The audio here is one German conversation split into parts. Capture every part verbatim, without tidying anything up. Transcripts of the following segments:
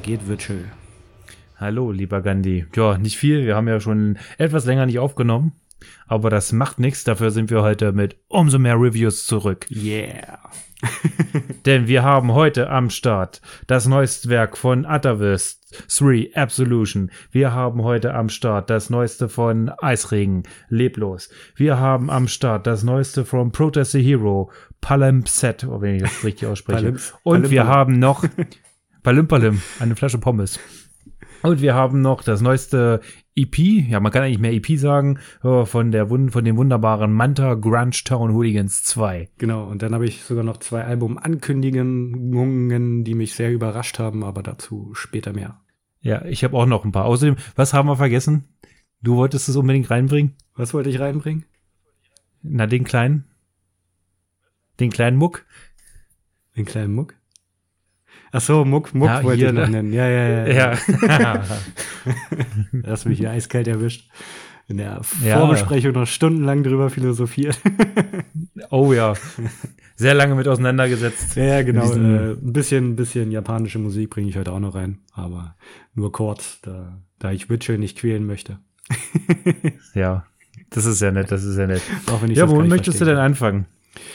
geht, Virtual? Hallo, lieber Gandhi. Ja, nicht viel. Wir haben ja schon etwas länger nicht aufgenommen. Aber das macht nichts. Dafür sind wir heute mit umso mehr Reviews zurück. Yeah. Denn wir haben heute am Start das neueste Werk von Atavist, drei Absolution. Wir haben heute am Start das neueste von Eisregen, Leblos. Wir haben am Start das neueste von Protest the Hero, Palimpsest, oh, wenn ich das richtig ausspreche. Palimp, Und Palimp, wir Palimp. haben noch Palim Palim, eine Flasche Pommes. Und wir haben noch das neueste E P, ja, man kann eigentlich mehr E P sagen, von der von dem wunderbaren Manta Grunge Town Hooligans zwei. Genau, und dann habe ich sogar noch zwei Album-Ankündigungen, die mich sehr überrascht haben, aber dazu später mehr. Ja, ich habe auch noch ein paar. Außerdem, was haben wir vergessen? Du wolltest es unbedingt reinbringen? Was wollte ich reinbringen? Na, den kleinen. Den kleinen Muck. Den kleinen Muck? Ach so, Muck, Muck ja, wollte hier, ich noch ne? nennen. Ja, ja, ja. ja. Hast mich hier eiskalt erwischt. In der Ja. Vorbesprechung noch stundenlang drüber philosophiert. Oh ja. Sehr lange mit auseinandergesetzt. Ja, ja, genau. Diesen- Äh, ein bisschen, ein bisschen japanische Musik bringe ich heute auch noch rein. Aber nur kurz, da, da ich Witcher nicht quälen möchte. Ja. Das ist ja nett, das ist ja nett. Auch wenn ich Ja, das gar womit nicht möchtest du denn anfangen?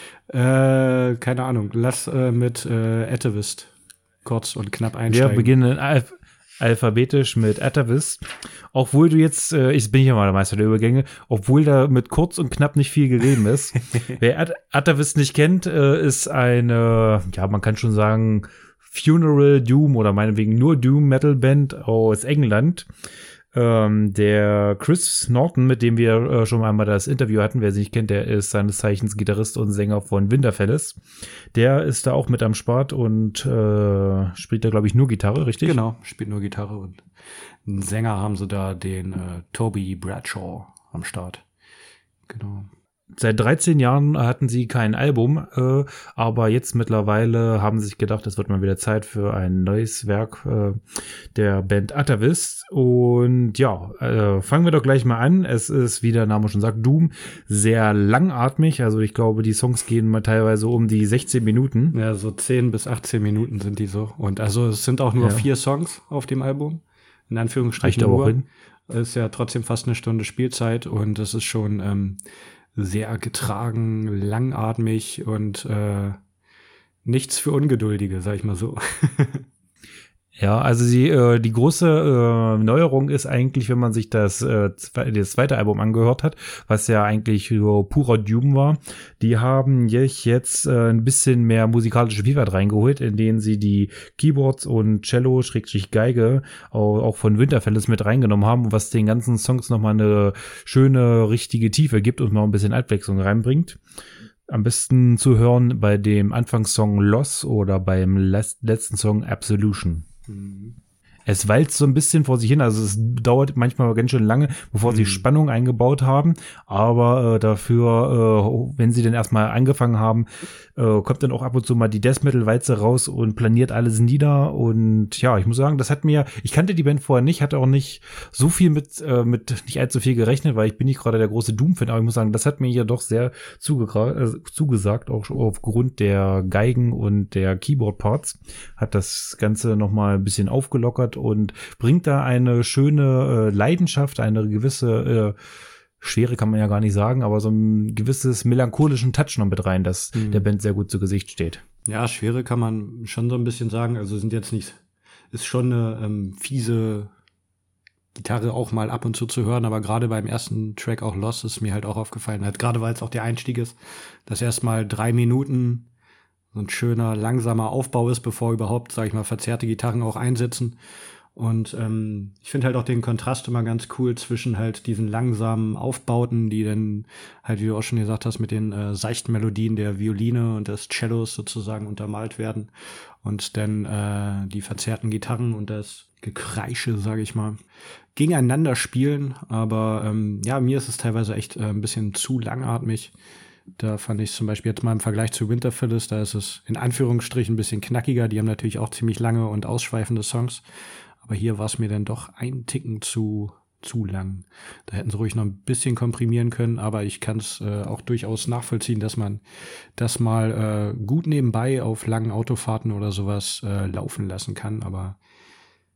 Äh, keine Ahnung. Lass äh, mit äh, Atavist kurz und knapp Wir einsteigen. beginnen alph alphabetisch mit Atavist. Obwohl du jetzt, äh, ich bin ja mal der Meister der Übergänge, obwohl da mit kurz und knapp nicht viel gegeben ist. Wer At Atavist nicht kennt, äh, ist eine, ja, man kann schon sagen, Funeral Doom oder meinetwegen nur Doom Metal Band aus England. Ähm, der Chris Norton, mit dem wir äh, schon einmal das Interview hatten, wer sie nicht kennt, der ist seines Zeichens Gitarrist und Sänger von Winterfelles. Der ist da auch mit am Start und äh, spielt da, glaube ich, nur Gitarre, richtig? Genau, spielt nur Gitarre und einen Sänger haben sie da, den äh, Toby Bradshaw am Start. Genau. Seit dreizehn Jahren hatten sie kein Album, äh, aber jetzt mittlerweile haben sie sich gedacht, es wird mal wieder Zeit für ein neues Werk äh, der Band Atavist. Und ja, äh, fangen wir doch gleich mal an. Es ist, wie der Name schon sagt, Doom, sehr langatmig. Also ich glaube, die Songs gehen mal teilweise um die sechzehn Minuten. Ja, so zehn bis achtzehn Minuten sind die so. Und also es sind auch nur Ja. vier Songs auf dem Album. In Anführungsstrichen Reicht aber auch nur. hin. Ist ja trotzdem fast eine Stunde Spielzeit und das ist schon ähm, sehr getragen, langatmig und äh, nichts für Ungeduldige, sag ich mal so. Ja, also die, äh, die große äh, Neuerung ist eigentlich, wenn man sich das, äh, zwe das zweite Album angehört hat, was ja eigentlich so purer Doom war, die haben jetzt äh, ein bisschen mehr musikalische Vielfalt reingeholt, in denen sie die Keyboards und Cello, Schrägstrich Geige auch, auch von Winterfelles mit reingenommen haben, was den ganzen Songs nochmal eine schöne, richtige Tiefe gibt und mal ein bisschen Abwechslung reinbringt. Am besten zu hören bei dem Anfangssong Loss oder beim les- letzten Song Absolution. Es walzt so ein bisschen vor sich hin, also es dauert manchmal ganz schön lange, bevor sie Spannung eingebaut haben, aber äh, dafür, äh, wenn sie dann erstmal angefangen haben, äh, kommt dann auch ab und zu mal die Death Metal Walze raus und planiert alles nieder und ja, ich muss sagen, das hat mir, ich kannte die Band vorher nicht, hatte auch nicht so viel mit, äh, mit nicht allzu viel gerechnet, weil ich bin nicht gerade der große Doom-Fan, aber ich muss sagen, das hat mir ja doch sehr zugegra- äh, zugesagt, auch aufgrund der Geigen und der Keyboard-Parts, hat das Ganze nochmal ein bisschen aufgelockert und bringt da eine schöne äh, Leidenschaft, eine gewisse äh, Schwere kann man ja gar nicht sagen, aber so ein gewisses melancholischen Touch noch mit rein, das Mhm. der Band sehr gut zu Gesicht steht. Ja, Schwere kann man schon so ein bisschen sagen. Also sind jetzt nicht, ist schon eine ähm, fiese Gitarre auch mal ab und zu zu hören, aber gerade beim ersten Track auch Lost ist mir halt auch aufgefallen. Halt, gerade weil es auch der Einstieg ist, dass erstmal drei Minuten so ein schöner, langsamer Aufbau ist, bevor überhaupt, sag ich mal, verzerrte Gitarren auch einsetzen. Und ähm, ich finde halt auch den Kontrast immer ganz cool zwischen halt diesen langsamen Aufbauten, die dann halt, wie du auch schon gesagt hast, mit den äh, seichten Melodien der Violine und des Cellos sozusagen untermalt werden und dann äh, die verzerrten Gitarren und das Gekreische, sage ich mal, gegeneinander spielen. Aber ähm, ja, mir ist es teilweise echt äh, ein bisschen zu langatmig. Da fand ich zum Beispiel jetzt mal im Vergleich zu Winterfelles, da ist es in Anführungsstrichen ein bisschen knackiger. Die haben natürlich auch ziemlich lange und ausschweifende Songs. Aber hier war es mir dann doch ein Ticken zu, zu lang. Da hätten sie ruhig noch ein bisschen komprimieren können. Aber ich kann es äh, auch durchaus nachvollziehen, dass man das mal äh, gut nebenbei auf langen Autofahrten oder sowas äh, laufen lassen kann. Aber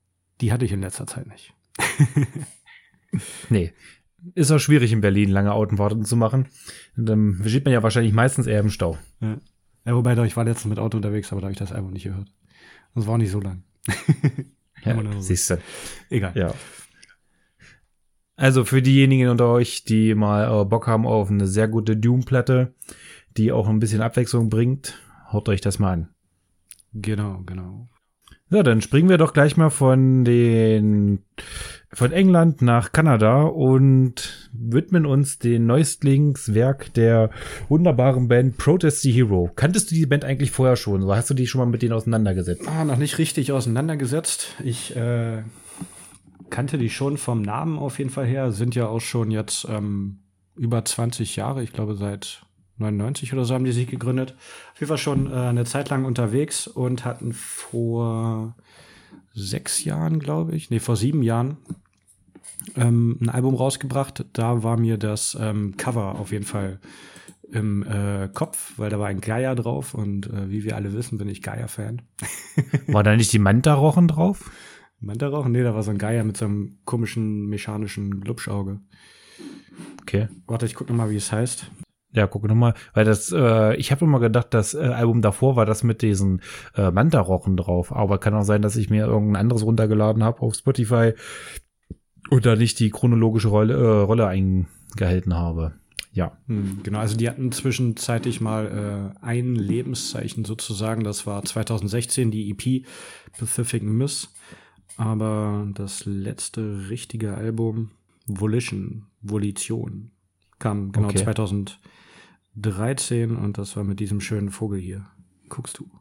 die hatte ich in letzter Zeit nicht. Nee. Ist auch schwierig in Berlin, lange Autofahrten zu machen. Und dann steht man ja wahrscheinlich meistens eher im Stau. Ja, ja wobei doch, ich war letztens mit Auto unterwegs, aber da habe ich das Album nicht gehört. Das war auch nicht so lang. Ja, siehst du. Egal. Ja. Also für diejenigen unter euch, die mal äh, Bock haben auf eine sehr gute Doom-Platte, die auch ein bisschen Abwechslung bringt, haut euch das mal an. Genau, genau. Ja, dann springen wir doch gleich mal von den von England nach Kanada und widmen uns dem Neuestlingswerk der wunderbaren Band Protest the Hero. Kanntest du die Band eigentlich vorher schon? Oder hast du dich schon mal mit denen auseinandergesetzt? Ah, noch nicht richtig auseinandergesetzt. Ich äh, kannte die schon vom Namen auf jeden Fall her. Sind ja auch schon jetzt ähm, über zwanzig Jahre, ich glaube seit neunundneunzig oder so haben die sich gegründet. Auf jeden Fall schon äh, eine Zeit lang unterwegs und hatten vor sechs Jahren, glaube ich, nee, vor sieben Jahren ähm, ein Album rausgebracht. Da war mir das ähm, Cover auf jeden Fall im äh, Kopf, weil da war ein Geier drauf und äh, wie wir alle wissen, bin ich Geier-Fan. War da nicht die Manta-Rochen drauf? Manta-Rochen? Nee, da war so ein Geier mit so einem komischen mechanischen Glubschauge. Okay. Warte, ich gucke nochmal, wie es heißt. Ja, gucke nochmal, weil das, äh, ich habe immer gedacht, das äh, Album davor war das mit diesen äh, Manta-Rochen drauf, aber kann auch sein, dass ich mir irgendein anderes runtergeladen habe auf Spotify und da nicht die chronologische Rolle, äh, Rolle eingehalten habe. Ja. Hm, genau, also die hatten zwischenzeitlich mal äh, ein Lebenszeichen sozusagen, das war zwanzig sechzehn die E P Pacific Miss, aber das letzte richtige Album Volition, Volition, kam genau Okay. zwanzig dreizehn und das war mit diesem schönen Vogel hier. Guckst du?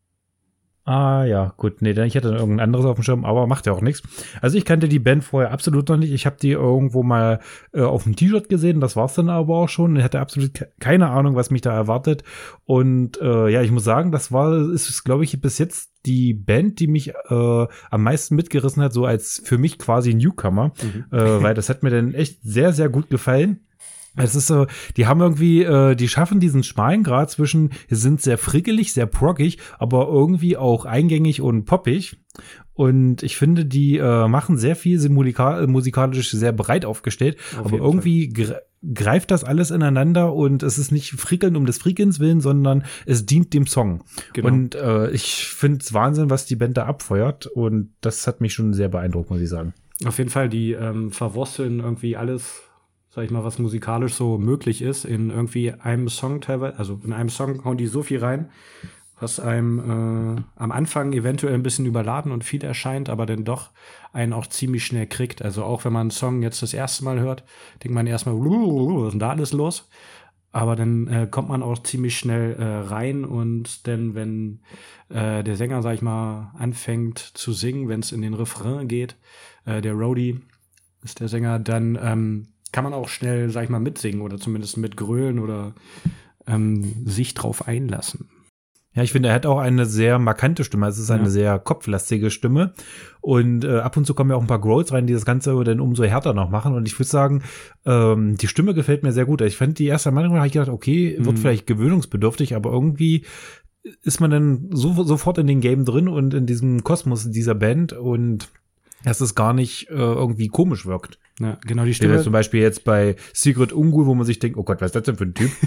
Ah ja, gut, nee, dann ich hatte irgendein anderes auf dem Schirm, aber macht ja auch nichts. Also ich kannte die Band vorher absolut noch nicht. Ich habe die irgendwo mal äh, auf dem T-Shirt gesehen, das war's dann aber auch schon. Ich hatte absolut ke- keine Ahnung, was mich da erwartet. Und äh, ja, ich muss sagen, das war, ist, glaube ich, bis jetzt die Band, die mich äh, am meisten mitgerissen hat, so als für mich quasi Newcomer, Mhm. äh, weil das hat mir dann echt sehr, sehr gut gefallen. Es ist so, die haben irgendwie, äh, die schaffen diesen schmalen Grad zwischen, die sind sehr frickelig, sehr proggig, aber irgendwie auch eingängig und poppig. Und ich finde, die äh, machen sehr viel, sind mulika- musikalisch sehr breit aufgestellt, Auf aber jeden irgendwie gre- greift das alles ineinander und es ist nicht Frickeln um des Frickelns willen, sondern es dient dem Song. Genau. Und äh, ich finde es Wahnsinn, was die Band da abfeuert und das hat mich schon sehr beeindruckt, muss ich sagen. Auf jeden Fall, die ähm, verwursteln irgendwie alles, sag ich mal, was musikalisch so möglich ist, in irgendwie einem Song teilweise, also in einem Song hauen die so viel rein, was einem äh, am Anfang eventuell ein bisschen überladen und viel erscheint, aber dann doch einen auch ziemlich schnell kriegt. Also auch wenn man einen Song jetzt das erste Mal hört, denkt man erstmal, was ist denn da alles los? Aber dann äh, kommt man auch ziemlich schnell äh, rein und dann, wenn äh, der Sänger, sag ich mal, anfängt zu singen, wenn es in den Refrain geht, äh, der Roadie ist der Sänger, dann ähm, kann man auch schnell, sag ich mal, mitsingen oder zumindest mitgrölen oder ähm, sich drauf einlassen. Ja, ich finde, er hat auch eine sehr markante Stimme. Es ist eine Ja. sehr kopflastige Stimme. Und äh, ab und zu kommen ja auch ein paar Growls rein, die das Ganze dann umso härter noch machen. Und ich würde sagen, ähm, die Stimme gefällt mir sehr gut. Ich fand die erste Meinung, habe ich gedacht, okay, wird Mhm. vielleicht gewöhnungsbedürftig, aber irgendwie ist man dann so, sofort in den Game drin und in diesem Kosmos dieser Band und dass es gar nicht äh, irgendwie komisch wirkt. Ja, genau, die Wie Stimme. zum Beispiel jetzt bei Secret Ungul, wo man sich denkt, oh Gott, was ist das denn für ein Typ?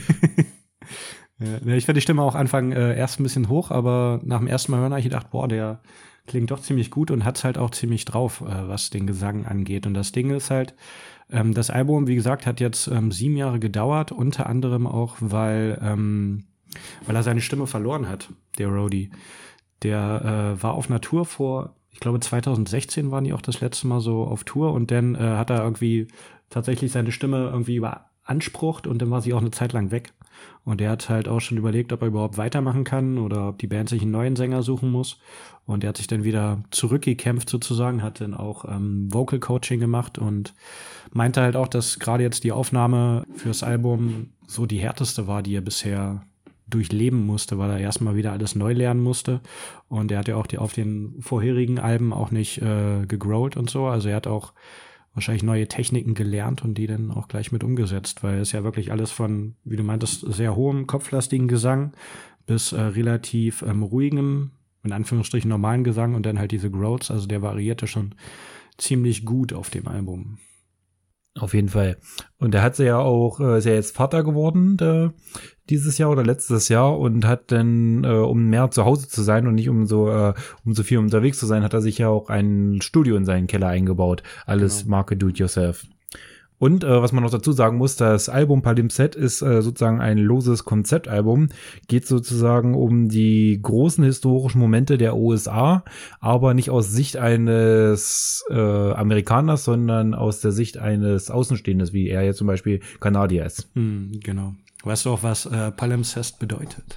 Ja, ich fand die Stimme auch Anfang äh, erst ein bisschen hoch, aber nach dem ersten Mal hören habe ich gedacht, boah, der klingt doch ziemlich gut und hat's halt auch ziemlich drauf, äh, was den Gesang angeht. Und das Ding ist halt, ähm, das Album, wie gesagt, hat jetzt ähm, sieben Jahre gedauert, unter anderem auch, weil, ähm, weil er seine Stimme verloren hat, der Roadie. Der äh, war auf einer Tour vor, ich glaube zwanzig sechzehn waren die auch das letzte Mal so auf Tour und dann äh, hat er irgendwie tatsächlich seine Stimme irgendwie überansprucht und dann war sie auch eine Zeit lang weg. Und er hat halt auch schon überlegt, ob er überhaupt weitermachen kann oder ob die Band sich einen neuen Sänger suchen muss. Und er hat sich dann wieder zurückgekämpft sozusagen, hat dann auch ähm, Vocal Coaching gemacht und meinte halt auch, dass gerade jetzt die Aufnahme fürs Album so die härteste war, die er bisher durchleben musste, weil er erstmal wieder alles neu lernen musste. Und er hat ja auch die, auf den vorherigen Alben auch nicht äh, gegrowlt und so. Also er hat auch wahrscheinlich neue Techniken gelernt und die dann auch gleich mit umgesetzt, weil es ja wirklich alles von, wie du meintest, sehr hohem, kopflastigen Gesang bis äh, relativ ähm, ruhigem in Anführungsstrichen normalen Gesang und dann halt diese Growls. Also der variierte schon ziemlich gut auf dem Album. Auf jeden Fall. Und er hat ja auch, äh, ist ja jetzt Vater geworden äh, dieses Jahr oder letztes Jahr und hat dann, äh, um mehr zu Hause zu sein und nicht um so äh, um so viel unterwegs zu sein, hat er sich ja auch ein Studio in seinen Keller eingebaut. Alles genau. Marke Do-it-yourself. Und äh, was man noch dazu sagen muss, das Album Palimpsest ist äh, sozusagen ein loses Konzeptalbum, geht sozusagen um die großen historischen Momente der U S A, aber nicht aus Sicht eines äh, Amerikaners, sondern aus der Sicht eines Außenstehenden, wie er jetzt zum Beispiel Kanadier ist. Hm, genau. Weißt du auch, was äh, Palimpsest bedeutet?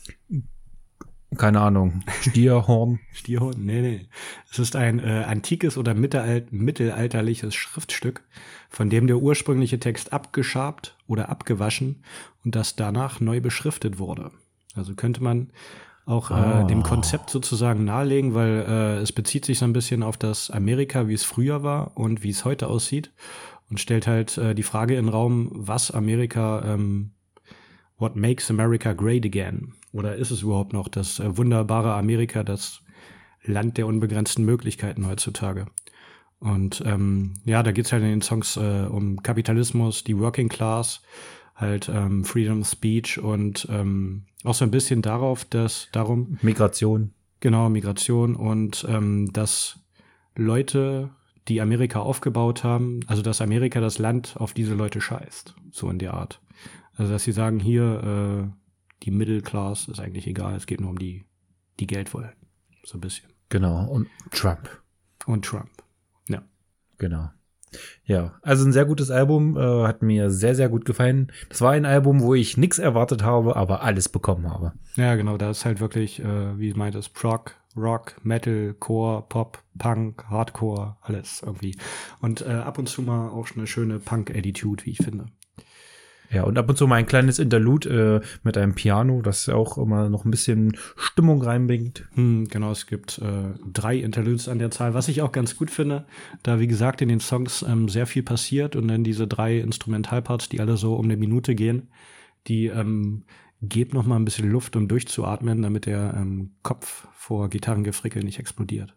Keine Ahnung. Stierhorn? Stierhorn? Nee, nee. Es ist ein äh, antikes oder mittelalt- mittelalterliches Schriftstück, von dem der ursprüngliche Text abgeschabt oder abgewaschen und das danach neu beschriftet wurde. Also könnte man auch Ah. äh, dem Konzept sozusagen nahelegen, weil äh, es bezieht sich so ein bisschen auf das Amerika, wie es früher war und wie es heute aussieht und stellt halt äh, die Frage in den Raum, was Amerika, ähm, what makes America great again? Oder ist es überhaupt noch das äh, wunderbare Amerika, das Land der unbegrenzten Möglichkeiten heutzutage? Und ähm, ja, da geht's halt in den Songs äh, um Kapitalismus, die Working Class, halt ähm, Freedom of Speech und ähm, auch so ein bisschen darauf, dass darum Migration. Genau, Migration und ähm, dass Leute, die Amerika aufgebaut haben, also dass Amerika das Land auf diese Leute scheißt, so in der Art. Also dass sie sagen, hier äh, die Middle Class ist eigentlich egal, es geht nur um die, die Geld wollen. So ein bisschen. Genau. Und Trump. Und Trump. Ja. Genau. Ja, also ein sehr gutes Album, äh, hat mir sehr, sehr gut gefallen. Das war ein Album, wo ich nichts erwartet habe, aber alles bekommen habe. Ja, genau, da ist halt wirklich, äh, wie meint es, Prog, Rock, Metal, Core, Pop, Punk, Hardcore, alles irgendwie. Und äh, ab und zu mal auch eine schöne Punk-Attitude, wie ich finde. Ja, und ab und zu mal ein kleines Interlude äh, mit einem Piano, das auch immer noch ein bisschen Stimmung reinbringt. Hm, genau, es gibt äh, drei Interludes an der Zahl, was ich auch ganz gut finde, da wie gesagt in den Songs ähm, sehr viel passiert und dann diese drei Instrumentalparts, die alle so um eine Minute gehen, die ähm, geben noch mal ein bisschen Luft, um durchzuatmen, damit der ähm, Kopf vor Gitarrengefrickel nicht explodiert.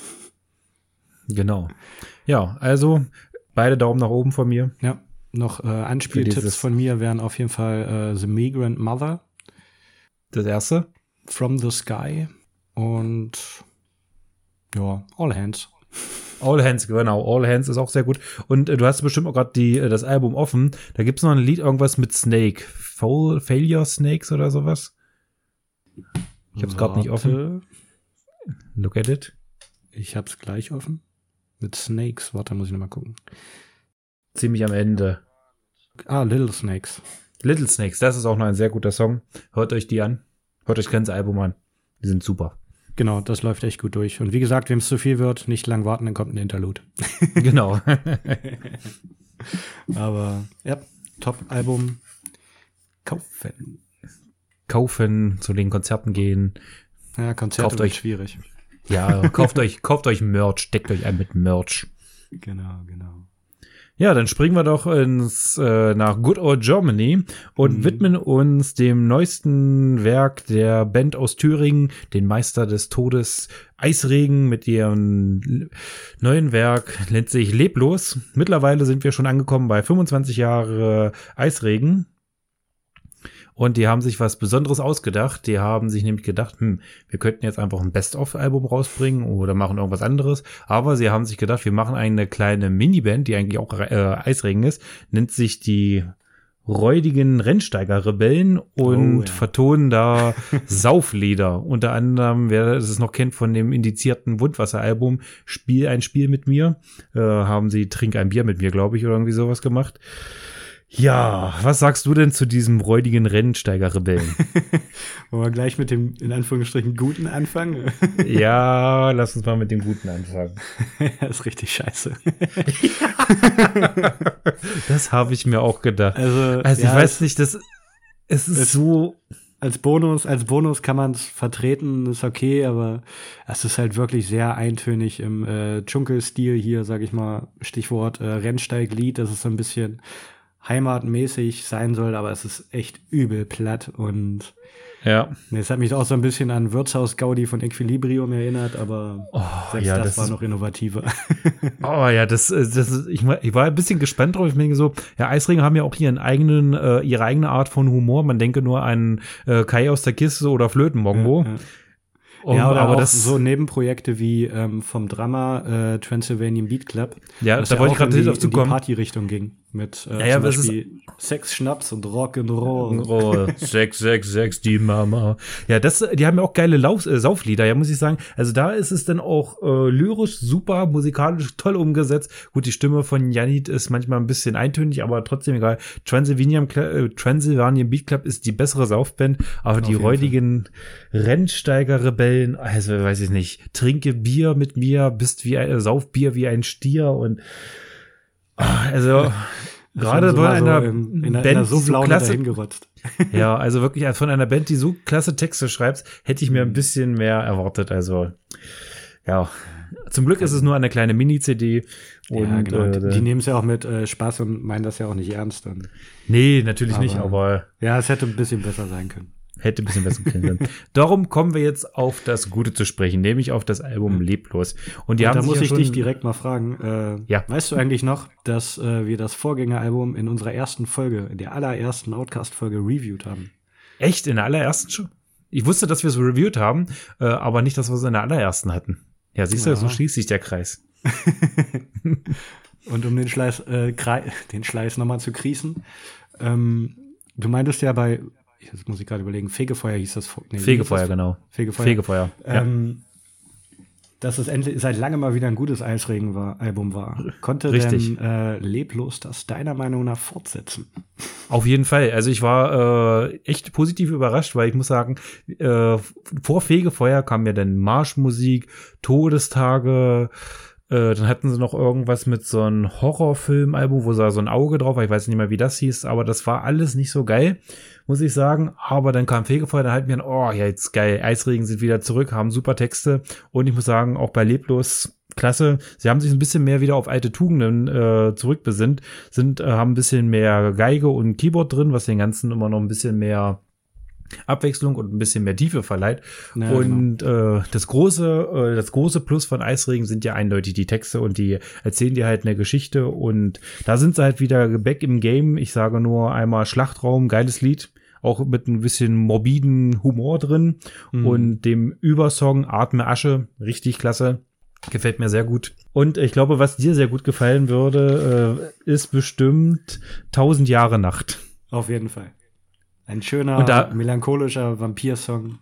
Genau. Ja, also beide Daumen nach oben von mir. Ja. Noch äh, Anspieltipps von mir wären auf jeden Fall äh, The Migrant Mother. Das erste? From the Sky. Und ja, All Hands. All Hands, genau. All Hands ist auch sehr gut. Und äh, du hast bestimmt auch gerade die äh, das Album offen. Da gibt's noch ein Lied, irgendwas mit Snake. Foul, Failure Snakes oder sowas. Ich hab's gerade nicht offen. Look at it. Ich hab's gleich offen. Mit Snakes. Warte, muss ich nochmal gucken. Ziemlich am Ende. Ah, Little Snakes. Little Snakes, das ist auch noch ein sehr guter Song. Hört euch die an. Hört euch das ganze Album an. Die sind super. Genau, das läuft echt gut durch. Und wie gesagt, wem es zu viel wird, nicht lang warten, dann kommt ein Interlude. Genau. Aber ja, Top-Album. Kaufen. Kaufen, zu den Konzerten gehen. Ja, Konzerte kauft euch schwierig. Ja, kauft euch, kauft euch Merch, deckt euch ein mit Merch. Genau, genau. Ja, dann springen wir doch ins äh, nach Good Old Germany und Mhm. widmen uns dem neuesten Werk der Band aus Thüringen, den Meister des Todes, Eisregen, mit ihrem neuen Werk, nennt sich Leblos. Mittlerweile sind wir schon angekommen bei fünfundzwanzig Jahre Eisregen. Und die haben sich was Besonderes ausgedacht. Die haben sich nämlich gedacht, hm, wir könnten jetzt einfach ein Best-of-Album rausbringen oder machen irgendwas anderes. Aber sie haben sich gedacht, wir machen eine kleine Miniband, die eigentlich auch äh, Eisregen ist, nennt sich die räudigen Rennsteiger-Rebellen und Oh, ja. vertonen da Sauflieder. Unter anderem, wer es noch kennt von dem indizierten Wundwasser-Album, Spiel ein Spiel mit mir, äh, haben sie Trink ein Bier mit mir, glaube ich, oder irgendwie sowas gemacht. Ja, was sagst du denn zu diesem räudigen Rennsteiger-Rebellen? Wollen wir gleich mit dem, in Anführungsstrichen, Guten anfangen? Ja, lass uns mal mit dem Guten anfangen. Das ist richtig scheiße. Das habe ich mir auch gedacht. Also, Also ja, ich weiß es- nicht, das es ist es- so. Als Bonus, als Bonus kann man es vertreten, ist okay, aber es ist halt wirklich sehr eintönig im äh, Dschungelstil hier, sag ich mal, Stichwort äh, Rennsteiglied. Das ist so ein bisschen heimatmäßig sein soll, aber es ist echt übel platt und ja. Es hat mich auch so ein bisschen an Wirtshaus Gaudi von Equilibrium erinnert, aber oh, selbst ja, das, das war ist, noch innovativer. Oh ja, das, das ist, ich, ich war ein bisschen gespannt drauf. Ich denke so, ja, Eisringe haben ja auch ihren eigenen, äh, ihre eigene Art von Humor. Man denke nur an äh, Kai aus der Kiste oder Flötenmongo. Ja, ja. Um, ja, oder aber auch das, so Nebenprojekte wie ähm, vom Drama äh, Transylvanian Beat Club. Ja, das da ja wollte ich gerade in die, drauf zu in die kommen. Party-Richtung ging. Mit äh, Ja, ja, zum das Beispiel Sex, Schnaps und Rock'n'Roll. Oh, Sex, Sex, Sex, die Mama. Ja, das, die haben ja auch geile Lauf, äh, Sauflieder, ja, muss ich sagen. Also da ist es dann auch äh, lyrisch super, musikalisch toll umgesetzt. Gut, die Stimme von Janit ist manchmal ein bisschen eintönig, aber trotzdem egal. Transylvanian, äh, Transylvanian Beat Club ist die bessere Saufband, aber Auf die jeden räudigen Rennsteiger-Rebellen, also weiß ich nicht, trinke Bier mit mir, bist wie ein, äh, sauf Bier wie ein Stier und ah, also gerade bei einer so in, in Band, einer die so Sufflaune klasse, dahingerotzt. ja, also wirklich von einer Band, die so klasse Texte schreibt, hätte ich mir ein Mhm. bisschen mehr erwartet. Also ja, zum Glück ist es nur eine kleine Mini-C D. Und, ja, genau. äh, die die nehmen es ja auch mit äh, Spaß und meinen das ja auch nicht ernst. Und, nee, natürlich aber, nicht, aber ja, es hätte ein bisschen besser sein können. hätte ein bisschen besser klingen können. Darum kommen wir jetzt auf das Gute zu sprechen, nämlich auf das Album Leblos. Und die Und haben da sich muss ja ich schon, dich direkt mal fragen, äh, Ja. weißt du eigentlich noch, dass äh, wir das Vorgängeralbum in unserer ersten Folge, in der allerersten Outcast-Folge reviewed haben? echt in der allerersten schon? Ich wusste, dass wir es reviewed haben, äh, aber nicht, dass wir es in der allerersten hatten. Ja, siehst du, Ja. so schließt sich der Kreis. Und um den Schleiß, äh, Krei- den Schleiß nochmal zu krießen, ähm, du meintest ja bei, jetzt muss ich gerade überlegen, Fegefeuer hieß das. Nee, wie hieß Fegefeuer, das? genau. Fegefeuer. Fegefeuer. Ja. Ähm, dass es endlich seit langem mal wieder ein gutes Eisregen-Album war. Konnte Richtig. denn äh, Leblos das deiner Meinung nach fortsetzen? Auf jeden Fall. Also ich war äh, echt positiv überrascht, weil ich muss sagen, äh, vor Fegefeuer kam ja dann Marschmusik, Todestage, äh, dann hatten sie noch irgendwas mit so einem Horrorfilmalbum, wo da so ein Auge drauf war. Ich weiß nicht mehr, wie das hieß, aber das war alles nicht so geil, muss ich sagen. Aber dann kam Fegefeuer, dann halten wir an, oh, ja, jetzt geil, Eisregen sind wieder zurück, haben super Texte. Und ich muss sagen, auch bei Leblos, klasse. Sie haben sich ein bisschen mehr wieder auf alte Tugenden äh, zurückbesinnt, sind, äh, haben ein bisschen mehr Geige und Keyboard drin, was den Ganzen immer noch ein bisschen mehr Abwechslung und ein bisschen mehr Tiefe verleiht. Ja, und genau. äh, das große, äh, das große Plus von Eisregen sind ja eindeutig die Texte und die erzählen dir halt eine Geschichte und da sind sie halt wieder back im Game. Ich sage nur einmal Schlachtraum, geiles Lied. Auch mit ein bisschen morbiden Humor drin Mhm. und dem Übersong Atme Asche, richtig klasse. Gefällt mir sehr gut. Und ich glaube, was dir sehr gut gefallen würde, äh, ist bestimmt Tausend Jahre Nacht. Auf jeden Fall. Ein schöner, Und da- melancholischer Vampir-Song.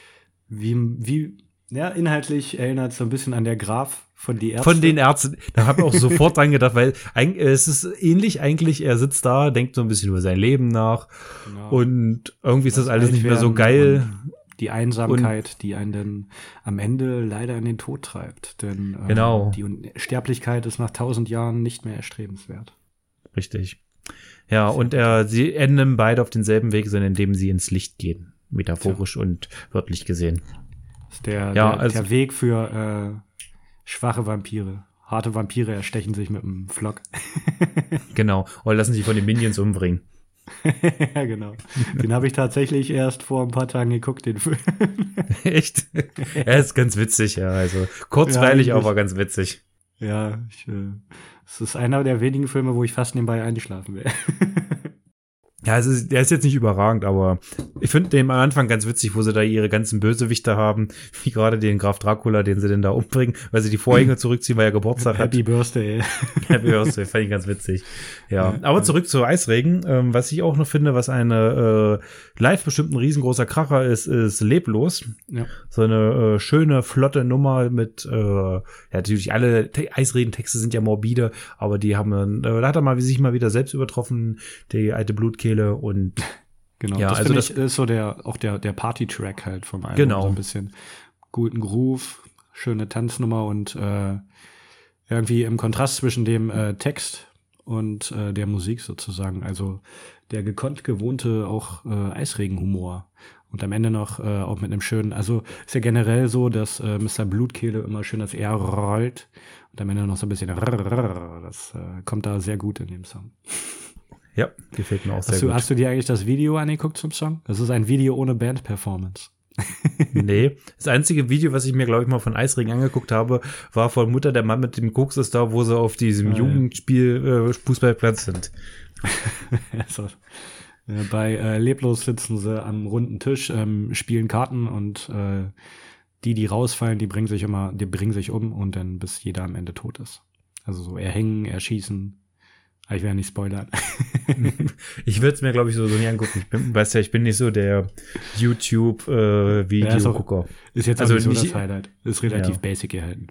Wie, wie, ja, inhaltlich erinnert so ein bisschen an der Graf von Die Ärzte. Von den Ärzten. Da habe ich auch sofort dran gedacht, weil eig- es ist ähnlich eigentlich. Er sitzt da, denkt so ein bisschen über sein Leben nach. Genau. Und irgendwie ist das Das alles nicht mehr so Altwerden geil. und Die Einsamkeit, die einen dann am Ende leider in den Tod treibt. Denn äh, Genau. die Unsterblichkeit ist nach tausend Jahren nicht mehr erstrebenswert. Richtig. Ja, und er, sie enden beide auf denselben Weg, sondern indem sie ins Licht gehen. Metaphorisch und wörtlich gesehen. Das ist der, Ja, der, also- der Weg für äh, schwache Vampire. Harte Vampire erstechen sich mit einem Flock. Genau. Oder lassen sich von den Minions umbringen. Ja, genau. Den habe ich tatsächlich erst vor ein paar Tagen geguckt, den Film. Echt? Er ist ganz witzig, ja. Also kurzweilig, Ja, eigentlich. aber ganz witzig. Ja, ich, äh, es ist einer der wenigen Filme, wo ich fast nebenbei eingeschlafen wäre. Ja, es ist, der ist jetzt nicht überragend, aber ich finde den am Anfang ganz witzig, wo sie da ihre ganzen Bösewichte haben, wie gerade den Graf Dracula, den sie denn da umbringen, weil sie die Vorhänge zurückziehen, weil er Geburtstag hat. Happy Birthday. Happy Birthday, fand ich ganz witzig. Ja, aber zurück zu Eisregen. Ähm, was ich auch noch finde, was eine äh, live bestimmt ein riesengroßer Kracher ist, ist Leblos. Ja. So eine äh, schöne, flotte Nummer mit, äh, ja, natürlich alle Te- Eisregen-Texte sind ja morbide, aber die haben, äh, da hat er mal wie sich mal wieder selbst übertroffen, die alte Blutkehle und Genau, Ja, das also finde das- ich ist so der, auch der, der Party-Track halt vom Album. Genau. So ein bisschen guten Groove, schöne Tanznummer und äh, irgendwie im Kontrast zwischen dem äh, Text und äh, der Musik sozusagen. Also der gekonnt gewohnte auch äh, Eisregenhumor. Und am Ende noch äh, auch mit einem schönen, also ist ja generell so, dass äh, Mister Blutkehle immer schön das R rollt und am Ende noch so ein bisschen das äh, kommt da sehr gut in dem Song. Ja, gefällt mir auch sehr hast du, gut. Hast du dir eigentlich das Video angeguckt zum Song? Das ist ein Video ohne Band-Performance. Nee, das einzige Video, was ich mir, glaube ich, mal von Eisring angeguckt habe, war von Mutter der Mann mit dem Koks ist da, wo sie auf diesem ah, Jugendspiel äh, Fußballplatz sind. Also, äh, bei äh, Leblos sitzen sie am runden Tisch, ähm, spielen Karten und äh, die, die rausfallen, die bringen sich immer, die bringen sich um und dann bis jeder am Ende tot ist. Also so erhängen, erschießen. Aber ich werde nicht spoilern. Ich würde es mir, glaube ich, so, so nie angucken. Ich bin, weißt ja, ich bin nicht so der YouTube-Video-Gucker. Äh, ist, ist jetzt also auch nicht so nicht, das Highlight. Ist relativ ja. basic gehalten.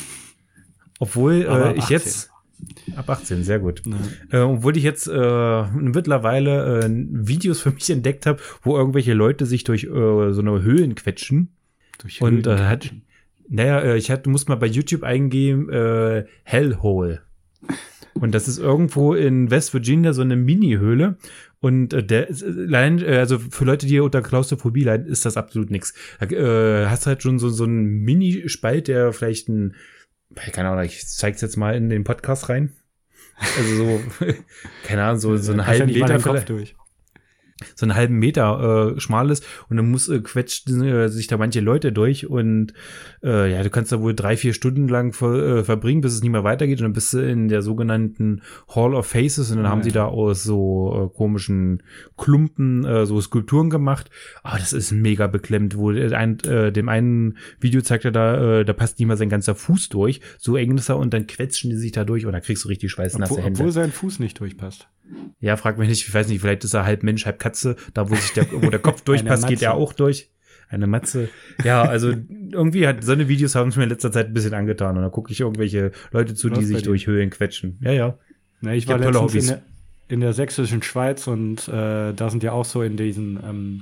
Obwohl äh, ich achtzehn. jetzt ab achtzehn, sehr gut. Ja. Äh, obwohl ich jetzt äh, mittlerweile äh, Videos für mich entdeckt habe, wo irgendwelche Leute sich durch äh, so eine Höhlen quetschen. Durch und Höhlen äh, hat, naja, äh, ich hatte, muss mal bei YouTube eingeben, äh, Hellhole. Und das ist irgendwo in West Virginia so eine Mini-Höhle. Und äh, der ist, äh, also für Leute, die unter Klaustrophobie leiden, ist das absolut nichts. Da äh, hast du halt schon so, so einen Mini-Spalt, der vielleicht ein, keine Ahnung, ich zeig's jetzt mal in den Podcast rein. Also so, keine Ahnung, so, so einen halben Meter vielleicht. Durch. So einen halben Meter äh, schmal ist und dann muss äh, quetscht äh, sich da manche Leute durch und äh, ja, du kannst da wohl drei, vier Stunden lang ver, äh, verbringen, bis es nicht mehr weitergeht und dann bist du in der sogenannten Hall of Faces und dann ja. haben sie da aus so äh, komischen Klumpen äh, so Skulpturen gemacht. Ah, das ist mega beklemmt, wo ein, äh, dem einen Video zeigt er da, äh, da passt nicht mal sein ganzer Fuß durch, so eng ist er und dann quetschen die sich da durch und da kriegst du richtig schweißnasse obwohl, Hände. Obwohl sein Fuß nicht durchpasst. Ja, frag mich nicht, ich weiß nicht, vielleicht ist er halb Mensch, halb Katze, da wo sich der, wo der Kopf durchpasst, geht er auch durch. Eine Matze. Ja, also irgendwie hat so eine Videos haben es mir in letzter Zeit ein bisschen angetan und da gucke ich irgendwelche Leute zu, die sich durch Höhlen quetschen. Ja, ja. Na, ich, ich war letztens in der, in der sächsischen Schweiz und äh, da sind ja auch so in diesen ähm,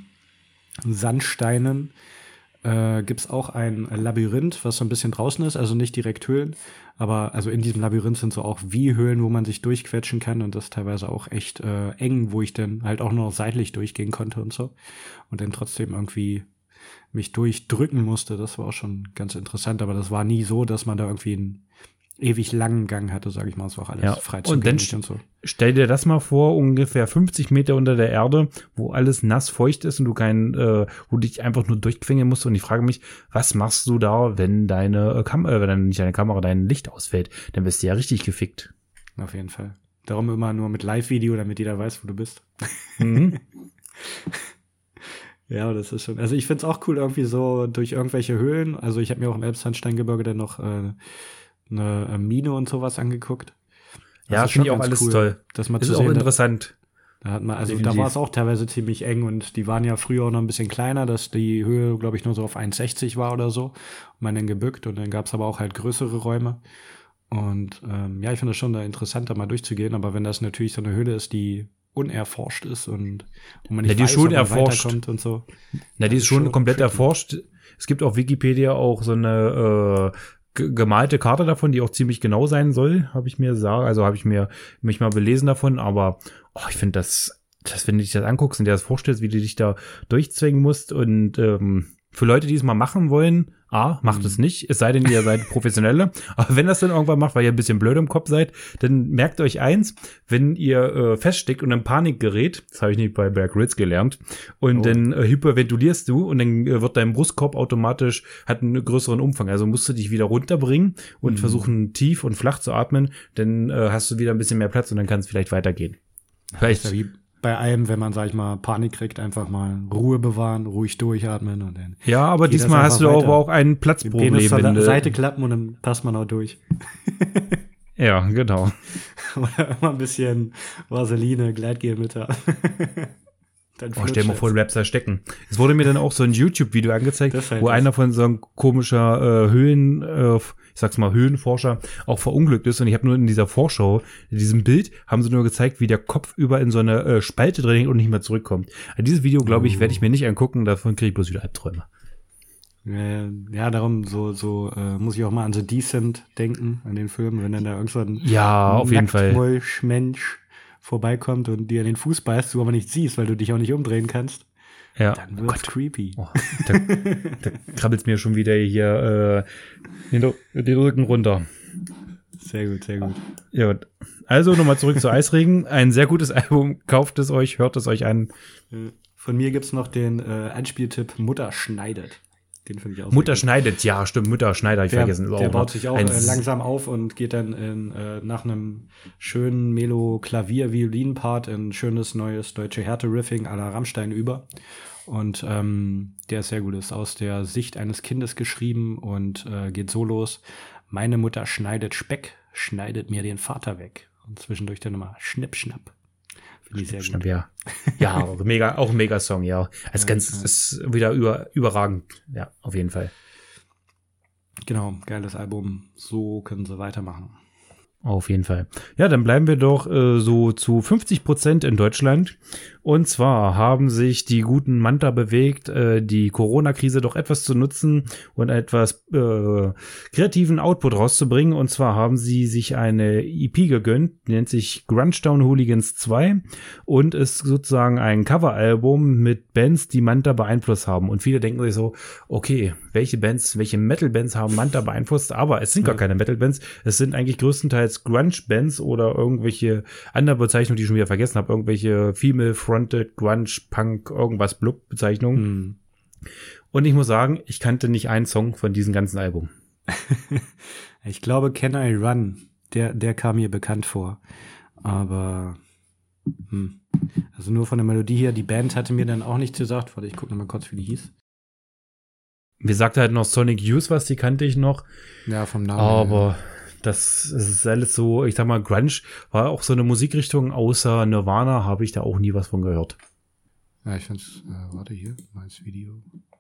Sandsteinen äh, gibt es auch ein Labyrinth, was so ein bisschen draußen ist, also nicht direkt Höhlen, aber also in diesem Labyrinth sind so auch wie Höhlen, wo man sich durchquetschen kann und das ist teilweise auch echt äh, eng, wo ich dann halt auch nur noch seitlich durchgehen konnte und so und dann trotzdem irgendwie mich durchdrücken musste. Das war auch schon ganz interessant, aber das war nie so, dass man da irgendwie einen ewig langen Gang hatte, sage ich mal. Es war auch alles ja. frei und dann und so. Stell dir das mal vor, ungefähr fünfzig Meter unter der Erde, wo alles nass feucht ist und du kein, äh, wo du dich einfach nur durchquengeln musst. Und ich frage mich, was machst du da, wenn deine Kamera, äh, wenn nicht deine Kamera, dein Licht ausfällt? Dann bist du ja richtig gefickt. Auf jeden Fall. Darum immer nur mit Live-Video, damit jeder weiß, wo du bist. Mhm. Ja, das ist schon. Also ich find's auch cool, irgendwie so durch irgendwelche Höhlen. Also ich habe mir auch im Elbsandsteingebirge dann noch äh, eine Mine und sowas angeguckt. Das ja, finde ich auch alles cool, toll. Das mal ist zu auch sehen, interessant. Da hat man, also Definitiv. Da war es auch teilweise ziemlich eng und die waren ja früher auch noch ein bisschen kleiner, dass die Höhe, glaube ich, nur so auf eins sechzig war oder so. Und man dann gebückt und dann gab es aber auch halt größere Räume. Und ähm, ja, ich finde es schon da interessant, da mal durchzugehen, aber wenn das natürlich so eine Höhle ist, die unerforscht ist und wo man nicht Na, die weiß, schon ob man erforscht. weiterkommt und so. Na, die ist schon, schon komplett tricky. erforscht. Es gibt auf Wikipedia auch so eine äh, g- gemalte Karte davon, die auch ziemlich genau sein soll, habe ich mir gesagt. Also habe ich mir mich mal belesen davon, aber oh, ich finde das, das, wenn du dich das anguckst und dir das vorstellst, wie du dich da durchzwängen musst und ähm, für Leute, die es mal machen wollen, A, macht es nicht, es sei denn, ihr seid Professionelle. Aber wenn das dann irgendwann macht, weil ihr ein bisschen blöd im Kopf seid, dann merkt euch eins, wenn ihr äh, feststeckt und in Panik gerät, das habe ich nicht bei Bear Grylls gelernt, und oh. dann äh, hyperventilierst du und dann äh, wird dein Brustkorb automatisch, hat einen größeren Umfang. Also musst du dich wieder runterbringen und mhm. versuchen, tief und flach zu atmen, dann äh, hast du wieder ein bisschen mehr Platz und dann kann es vielleicht weitergehen. Vielleicht ja, wie bei allem, wenn man, sag ich mal, Panik kriegt, einfach mal Ruhe bewahren, ruhig durchatmen und dann. Ja, aber diesmal hast du aber auch ein Platzproblem. Die Beine zur Seite klappen und dann passt man auch durch. Ja, genau. Oder immer ein bisschen Vaseline, Gleitgel mit da. Oh, stell dir mal vor, du bleibst da stecken. Es wurde mir dann auch so ein YouTube-Video angezeigt, halt wo das. einer von so einem komischer äh, Höhlen, äh, ich sag's mal Höhlenforscher, auch verunglückt ist. Und ich habe nur in dieser Vorschau, in diesem Bild, haben sie nur gezeigt, wie der Kopf über in so eine äh, Spalte drin hängt und nicht mehr zurückkommt. Also dieses Video, glaube ich, werde ich mir nicht angucken, davon kriege ich bloß wieder Albträume. Ja, ja, darum so so äh, muss ich auch mal an The Descent denken, an den Film, wenn dann da irgend so ein ja, auf jeden Fall Mensch vorbeikommt und dir an den Fuß beißt, du aber nicht siehst, weil du dich auch nicht umdrehen kannst. Ja. Dann wird's oh creepy. Oh, da, da krabbelt's mir schon wieder hier äh, den, den Rücken runter. Sehr gut, sehr gut. Ja, Also nochmal zurück zu Eisregen. Ein sehr gutes Album. Kauft es euch, hört es euch an. Von mir gibt's noch den äh, Anspieltipp Mutter schneidet. Den finde ich auch Mutter sehr gut. schneidet, ja, stimmt. Mutter schneidet, ich Der, vergessen. der baut sich auch ein, äh, langsam auf und geht dann in, äh, nach einem schönen Melo-Klavier-Violin-Part in schönes neues deutsche Härte-Riffing à la Rammstein über. Und ähm, der ist sehr gut. Ist aus der Sicht eines Kindes geschrieben und äh, geht so los. Meine Mutter schneidet Speck, schneidet mir den Vater weg. Und zwischendurch dann nochmal Schnipp, Schnapp. Finde ich sehr Stimmt, gut. ja. Ja, auch mega, auch ein Mega-Song, ja. Als Ja, ganz, ja. ist wieder über, überragend. Ja, auf jeden Fall. Genau, geiles Album. So können sie weitermachen. Auf jeden Fall. Ja, dann bleiben wir doch äh, so zu fünfzig Prozent in Deutschland. Und zwar haben sich die guten Manta bewegt, äh, die Corona-Krise doch etwas zu nutzen und etwas äh, kreativen Output rauszubringen. Und zwar haben sie sich eine E P gegönnt, die nennt sich Grungetown Hooligans zwei und ist sozusagen ein Coveralbum mit Bands, die Manta beeinflusst haben. Und viele denken sich so, okay, welche Bands, welche Metal-Bands haben Manta beeinflusst? Aber es sind gar keine Metal-Bands, es sind eigentlich größtenteils Grunge-Bands oder irgendwelche andere Bezeichnungen, die ich schon wieder vergessen habe, irgendwelche Female-Fronted, Grunge, Punk, irgendwas Blub-Bezeichnungen. Hm. Und ich muss sagen, ich kannte nicht einen Song von diesem ganzen Album. Ich glaube, Can I Run, der, der kam mir bekannt vor. Aber, hm. also nur von der Melodie her, die Band hatte mir dann auch nichts gesagt. Warte, ich gucke noch mal kurz, wie die hieß. Mir sagte halt noch Sonic Youth was, die kannte ich noch. Ja, vom Namen. Aber das ist alles so, ich sag mal, Grunge war auch so eine Musikrichtung, außer Nirvana habe ich da auch nie was von gehört. Ja, ich find's, äh, warte hier, meins Video.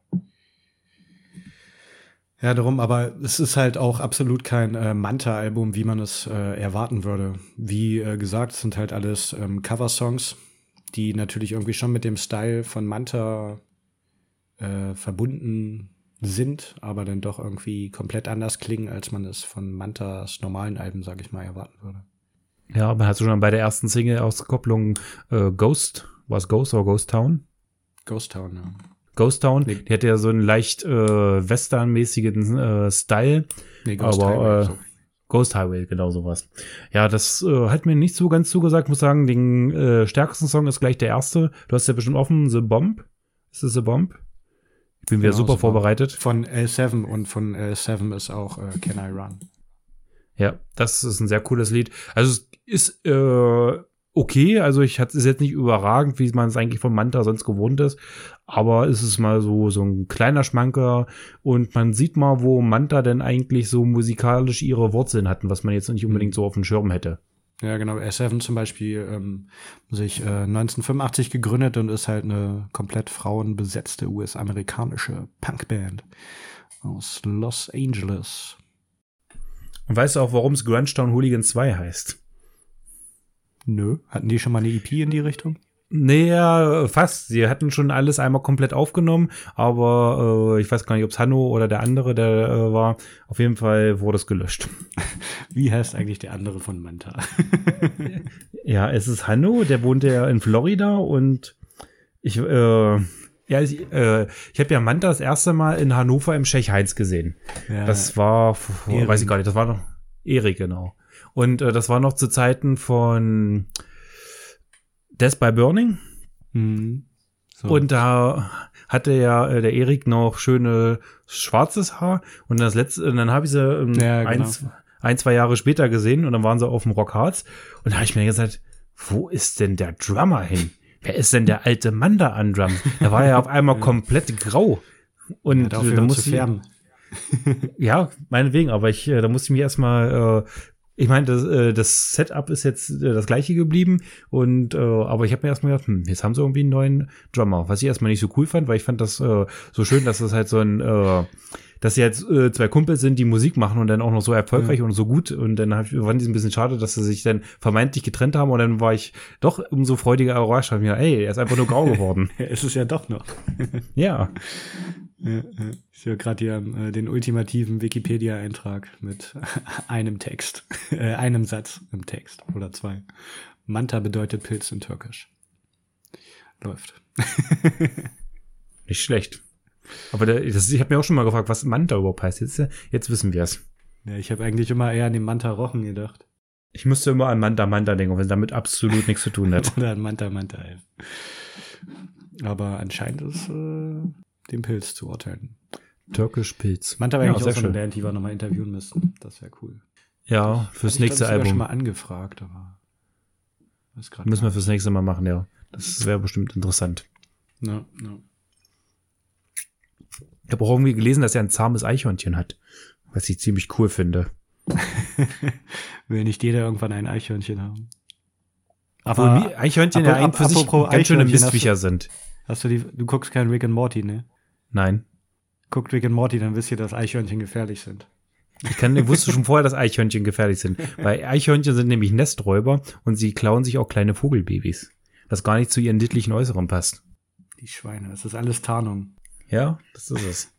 Ja, darum, aber es ist halt auch absolut kein äh, Manta-Album, wie man es äh, erwarten würde. Wie äh, gesagt, es sind halt alles ähm, Cover-Songs, die natürlich irgendwie schon mit dem Style von Manta äh, verbunden sind, aber dann doch irgendwie komplett anders klingen, als man es von Mantas normalen Alben, sag ich mal, erwarten würde. Ja, man hat schon bei der ersten Single-Auskopplung äh, Ghost, war es Ghost oder Ghost Town? Ghost Town, ja. Ghost Town, Nee. die hatte ja so einen leicht äh, westernmäßigen äh, Style. Nee, Ghost Aber, Highway, äh, so. Ghost Highway, genau sowas. Ja, das äh, hat mir nicht so ganz zugesagt. Muss sagen, den äh, stärksten Song ist gleich der erste. Du hast ja bestimmt offen, The Bomb. Ist es The Bomb? Ich bin wieder Genau, super The Bomb. vorbereitet. Von L sieben und von L sieben ist auch äh, Can I Run. Ja, das ist ein sehr cooles Lied. Also es ist äh, okay, also ich hatte es jetzt nicht überragend, wie man es eigentlich von Manta sonst gewohnt ist, aber es ist mal so so ein kleiner Schmanker und man sieht mal, wo Manta denn eigentlich so musikalisch ihre Wurzeln hatten, was man jetzt nicht unbedingt so auf dem Schirm hätte. Ja, genau. L sieben zum Beispiel ähm, sich äh, neunzehnhundertfünfundachtzig gegründet und ist halt eine komplett frauenbesetzte U S-amerikanische Punkband aus Los Angeles. Und weißt du auch, warum es Grungetown Hooligans zwei heißt? Nö. Hatten die schon mal eine E P in die Richtung? Nee, ja, fast. Sie hatten schon alles einmal komplett aufgenommen, aber äh, ich weiß gar nicht, ob es Hanno oder der andere, der äh, war. Auf jeden Fall wurde es gelöscht. Wie heißt eigentlich der andere von Manta? Ja, es ist Hanno, der wohnt ja in Florida und ich, äh, ja, ich, äh, ich habe ja Manta das erste Mal in Hannover im Schech Heinz gesehen. Ja, Das war, f- Erik. weiß ich gar nicht, das war noch Erik, genau. Und äh, das war noch zu Zeiten von Death by Burning. Mhm. So. Und da hatte ja äh, der Erik noch schöne schwarzes Haar. Und das letzte, und dann habe ich sie ähm, Ja, genau. eins, ein, zwei Jahre später gesehen und dann waren sie auf dem Rock Harz. Und da habe ich mir gesagt, wo ist denn der Drummer hin? Wer ist denn der alte Mann da an Drum? Da war ja auf einmal komplett grau. Und ja, dafür da muss muss zu ich, färben. ja, meinetwegen, aber ich, äh, da musste ich mich erstmal, äh, ich meine, das, äh, das Setup ist jetzt äh, das gleiche geblieben und äh, aber ich habe mir erstmal gedacht, hm, jetzt haben sie irgendwie einen neuen Drummer, was ich erstmal nicht so cool fand, weil ich fand das äh, so schön, dass das halt so ein, äh, dass sie jetzt äh, zwei Kumpels sind, die Musik machen und dann auch noch so erfolgreich Ja. und so gut und dann hab ich, fand ich es ein bisschen schade, dass sie sich dann vermeintlich getrennt haben und dann war ich doch umso freudiger überrascht, hab mir gedacht, ey, er ist einfach nur grau geworden. Es ist ja doch noch. Ja. Ja, ja. Ich sehe gerade hier äh, den ultimativen Wikipedia-Eintrag mit einem Text, äh, einem Satz im Text oder zwei. Manta bedeutet Pilz in Türkisch. Läuft. Nicht schlecht. Aber der, das, ich habe mir auch schon mal gefragt, was Manta überhaupt heißt. Jetzt, jetzt wissen wir es. Ja, ich habe eigentlich immer eher an den Manta Rochen gedacht. Ich müsste immer an Manta Manta denken, wenn damit absolut nichts zu tun hat. Oder an Manta Manta. Ey. Aber anscheinend ist äh, dem Pilz zu urteilen. Türkisch Pilz. Manta wäre ja, eigentlich auch so eine schön. Band, die wir nochmal interviewen müssten. Das wäre cool. Ja, das, fürs ich nächste glaub, das Album. schon mal angefragt, aber ist grad müssen wir fürs nächste Mal machen, ja. Das wäre bestimmt interessant. No, no. Ich habe auch irgendwie gelesen, dass er ein zahmes Eichhörnchen hat, was ich ziemlich cool finde. Will nicht jeder irgendwann ein Eichhörnchen haben. Aber Obwohl Eichhörnchen ja eigentlich für sich ganz schöne Mistviecher sind. Hast du die, du guckst kein Rick and Morty, ne? Nein. Guckt Rick and Morty, dann wisst ihr, dass Eichhörnchen gefährlich sind. Ich, kann, ich wusste schon vorher, dass Eichhörnchen gefährlich sind. Weil Eichhörnchen sind nämlich Nesträuber und sie klauen sich auch kleine Vogelbabys. Was gar nicht zu ihren niedlichen Äußeren passt. Die Schweine, das ist alles Tarnung. Ja, das ist es.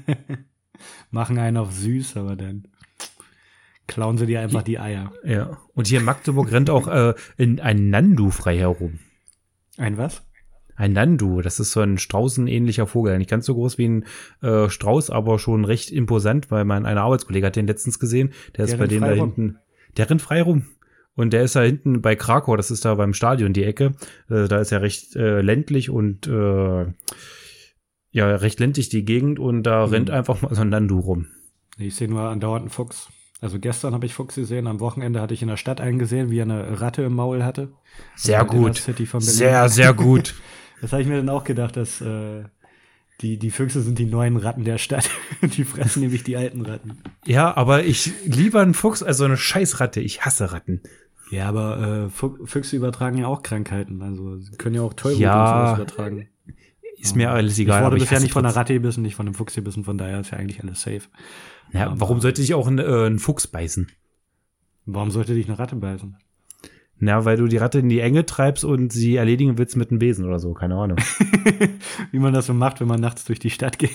Machen einen auf süß, aber dann klauen sie dir einfach hier, die Eier. Ja, und hier in Magdeburg rennt auch äh, in ein Nandu frei herum. Ein was? Ein Nandu, das ist so ein straußenähnlicher Vogel. Nicht ganz so groß wie ein äh, Strauß, aber schon recht imposant, weil mein einer Arbeitskollege hat den letztens gesehen. Der, der ist bei denen da rum. hinten. Der rennt frei rum. Und der ist da hinten bei Krakau, das ist da beim Stadion die Ecke. Äh, da ist ja recht äh, ländlich und äh, ja, recht ländlich die Gegend und da mhm. rennt einfach mal so ein Nandu rum. Ich sehe nur andauernd einen Fuchs. Also gestern habe ich Fuchs gesehen, am Wochenende hatte ich in der Stadt einen gesehen, wie er eine Ratte im Maul hatte. Sehr gut. Sehr, sehr gut. Das habe ich mir dann auch gedacht, dass äh, die, die Füchse sind die neuen Ratten der Stadt. Die fressen nämlich die alten Ratten. Ja, aber ich lieber einen Fuchs als so eine Scheißratte. Ich hasse Ratten. Ja, aber äh, Füchse übertragen ja auch Krankheiten. Also sie können ja auch Tollwut ja, und sowas übertragen. Ist mir alles egal. Ich wurde aber bisher ich nicht von einer Ratte gebissen, nicht von einem Fuchs gebissen, von daher ist ja eigentlich alles safe. Ja, aber warum sollte sich auch ein, äh, ein Fuchs beißen? Warum sollte dich eine Ratte beißen? Na, weil du die Ratte in die Enge treibst und sie erledigen willst mit einem Besen oder so, keine Ahnung. Wie man das so macht, wenn man nachts durch die Stadt geht.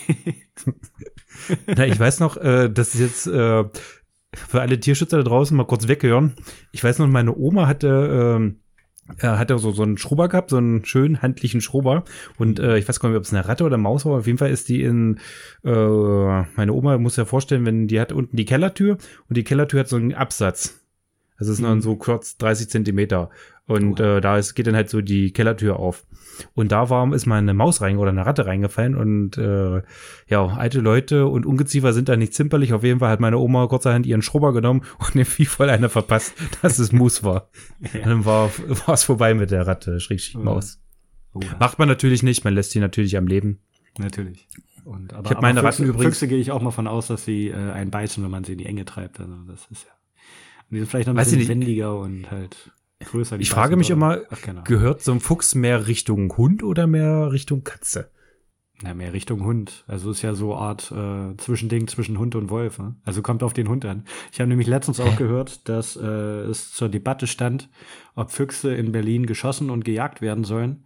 Na, ich weiß noch, äh, das ist jetzt äh, für alle Tierschützer da draußen mal kurz weghören. Ich weiß noch, meine Oma hatte äh, Er hat ja so, so einen Schrubber gehabt, so einen schönen handlichen Schrubber. Und äh, ich weiß gar nicht, ob es eine Ratte oder eine Maus war. Auf jeden Fall ist die in, äh, meine Oma muss ja vorstellen, wenn die hat unten die Kellertür und die Kellertür hat so einen Absatz. Also es ist mhm. noch so kurz dreißig Zentimeter. Und oh. äh, da ist, geht dann halt so die Kellertür auf. Und da war, ist mal eine Maus rein oder eine Ratte reingefallen. Und äh, ja, alte Leute und Ungeziefer sind da nicht zimperlich. Auf jeden Fall hat meine Oma kurzerhand ihren Schrubber genommen und dem Vieh voll eine verpasst, dass es Mus war. Ja. Und dann war es vorbei mit der Ratte, Schrägstrich Maus. Oh. Oh. Macht man natürlich nicht, man lässt sie natürlich am Leben. Natürlich. Und, aber, ich habe meine Füchse, Ratten übrigens. Füchse gehe ich auch mal von aus, dass sie äh, einen beißen, wenn man sie in die Enge treibt. Also das ist ja. Und die sind vielleicht noch ein bisschen wendiger und halt größer. Ich frage mich immer, Ach, gehört so ein Fuchs mehr Richtung Hund oder mehr Richtung Katze? Na, mehr Richtung Hund. Also ist ja so eine Art äh, Zwischending zwischen Hund und Wolf. Ne? Also kommt auf den Hund an. Ich habe nämlich letztens auch gehört, dass äh, es zur Debatte stand, ob Füchse in Berlin geschossen und gejagt werden sollen,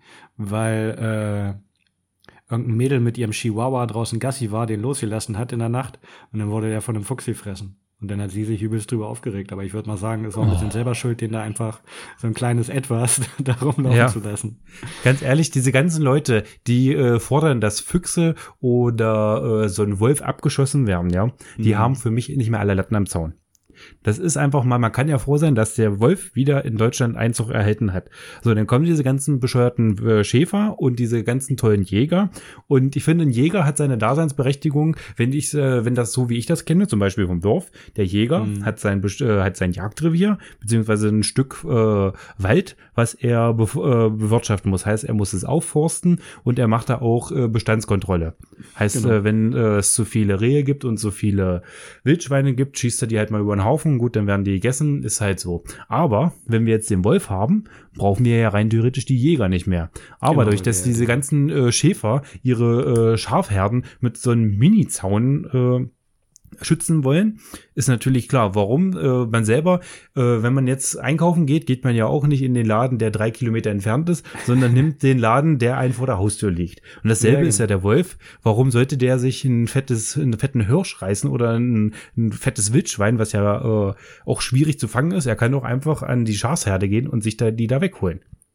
weil äh, irgendein Mädel mit ihrem Chihuahua draußen Gassi war, den losgelassen hat in der Nacht und dann wurde der von einem Fuchs gefressen. Und dann hat sie sich übelst drüber aufgeregt. Aber ich würde mal sagen, ist auch ein bisschen oh. selber schuld, den da einfach so ein kleines Etwas da rumlaufen ja. zu lassen. Ganz ehrlich, diese ganzen Leute, die äh, fordern, dass Füchse oder äh, so ein Wolf abgeschossen werden, ja, die mhm. haben für mich nicht mehr alle Latten am Zaun. Das ist einfach mal, man kann ja froh sein, dass der Wolf wieder in Deutschland Einzug erhalten hat. So, dann kommen diese ganzen bescheuerten äh, Schäfer und diese ganzen tollen Jäger. Und ich finde, ein Jäger hat seine Daseinsberechtigung, wenn ich, äh, wenn das so wie ich das kenne, zum Beispiel vom Dorf, der Jäger mhm. hat sein, äh, hat sein Jagdrevier, beziehungsweise ein Stück äh, Wald, was er be äh, bewirtschaften muss. Heißt, er muss es aufforsten und er macht da auch äh, Bestandskontrolle. Heißt, genau. äh, wenn äh, es zu viele Rehe gibt und so viele Wildschweine gibt, schießt er die halt mal über den Haufen. Gut, dann werden die gegessen, ist halt so. Aber wenn wir jetzt den Wolf haben, brauchen wir ja rein theoretisch die Jäger nicht mehr. Aber genau, dadurch, dass ja, diese ja. ganzen äh, Schäfer ihre äh, Schafherden mit so einem Mini-Zaun äh, schützen wollen, ist natürlich klar, warum äh, man selber, äh, wenn man jetzt einkaufen geht, geht man ja auch nicht in den Laden, der drei Kilometer entfernt ist, sondern nimmt den Laden, der einen vor der Haustür liegt. Und dasselbe ja, genau. ist ja der Wolf. Warum sollte der sich ein fettes, einen fetten Hirsch reißen oder ein, ein fettes Wildschwein, was ja äh, auch schwierig zu fangen ist? Er kann doch einfach an die Schafsherde gehen und sich da die da wegholen.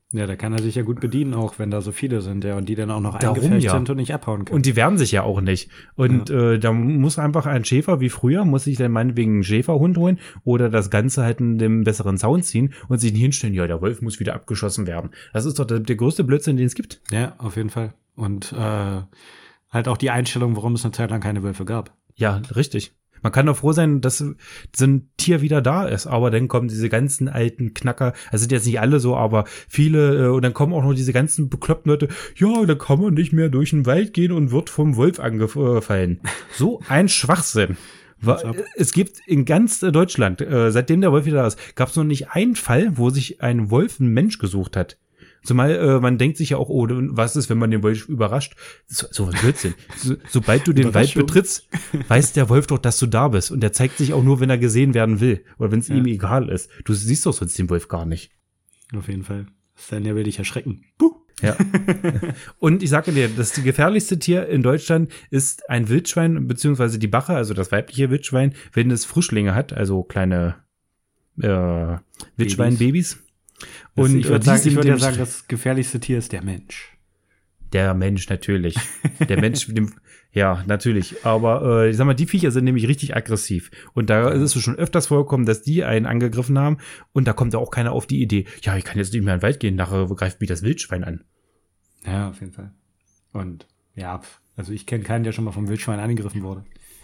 Ja, da kann er sich ja gut bedienen, auch wenn da so viele sind, ja, und die dann auch noch Darum eingefärbt ja. sind und nicht abhauen können. Und die wehren sich ja auch nicht. Und Ja. äh, da muss einfach ein Schäfer wie früher, muss sich dann meinetwegen einen Schäferhund holen oder das Ganze halt in dem besseren Zaun ziehen und sich nicht hinstellen, ja, der Wolf muss wieder abgeschossen werden. Das ist doch der, der größte Blödsinn, den es gibt. Ja, auf jeden Fall. Und äh, halt auch die Einstellung, warum es eine Zeit lang keine Wölfe gab. Ja, richtig. Man kann doch froh sein, dass so ein Tier wieder da ist, aber dann kommen diese ganzen alten Knacker, also sind jetzt nicht alle so, aber viele, äh, und dann kommen auch noch diese ganzen bekloppten Leute, ja, da kann man nicht mehr durch den Wald gehen und wird vom Wolf angefallen. So ein Schwachsinn. Es gibt in ganz Deutschland, äh, seitdem der Wolf wieder da ist, gab es noch nicht einen Fall, wo sich ein Wolf einen Mensch gesucht hat. Zumal äh, man denkt sich ja auch, oh, was ist, wenn man den Wolf überrascht? So, so was Blödsinn. So, sobald du den Wald betrittst, weiß der Wolf doch, dass du da bist. Und der zeigt sich auch nur, wenn er gesehen werden will. Oder wenn es ja. ihm egal ist. Du siehst doch sonst den Wolf gar nicht. Auf jeden Fall. Dann ja will dich erschrecken. Puh. Ja. Und ich sage dir, das gefährlichste Tier in Deutschland ist ein Wildschwein, beziehungsweise die Bache, also das weibliche Wildschwein, wenn es Frischlinge hat, also kleine äh, Wildschweinbabys. Und ich würde sagen, ich würd ja sagen, das gefährlichste Tier ist der Mensch. Der Mensch, natürlich. Der Mensch, dem, ja, natürlich. Aber äh, ich sag mal, die Viecher sind nämlich richtig aggressiv. Und da ist es schon öfters vorgekommen, dass die einen angegriffen haben. Und da kommt ja auch keiner auf die Idee, ja, ich kann jetzt nicht mehr in den Wald gehen, nachher greift mich das Wildschwein an. Ja, auf jeden Fall. Und ja, also ich kenne keinen, der schon mal vom Wildschwein angegriffen wurde.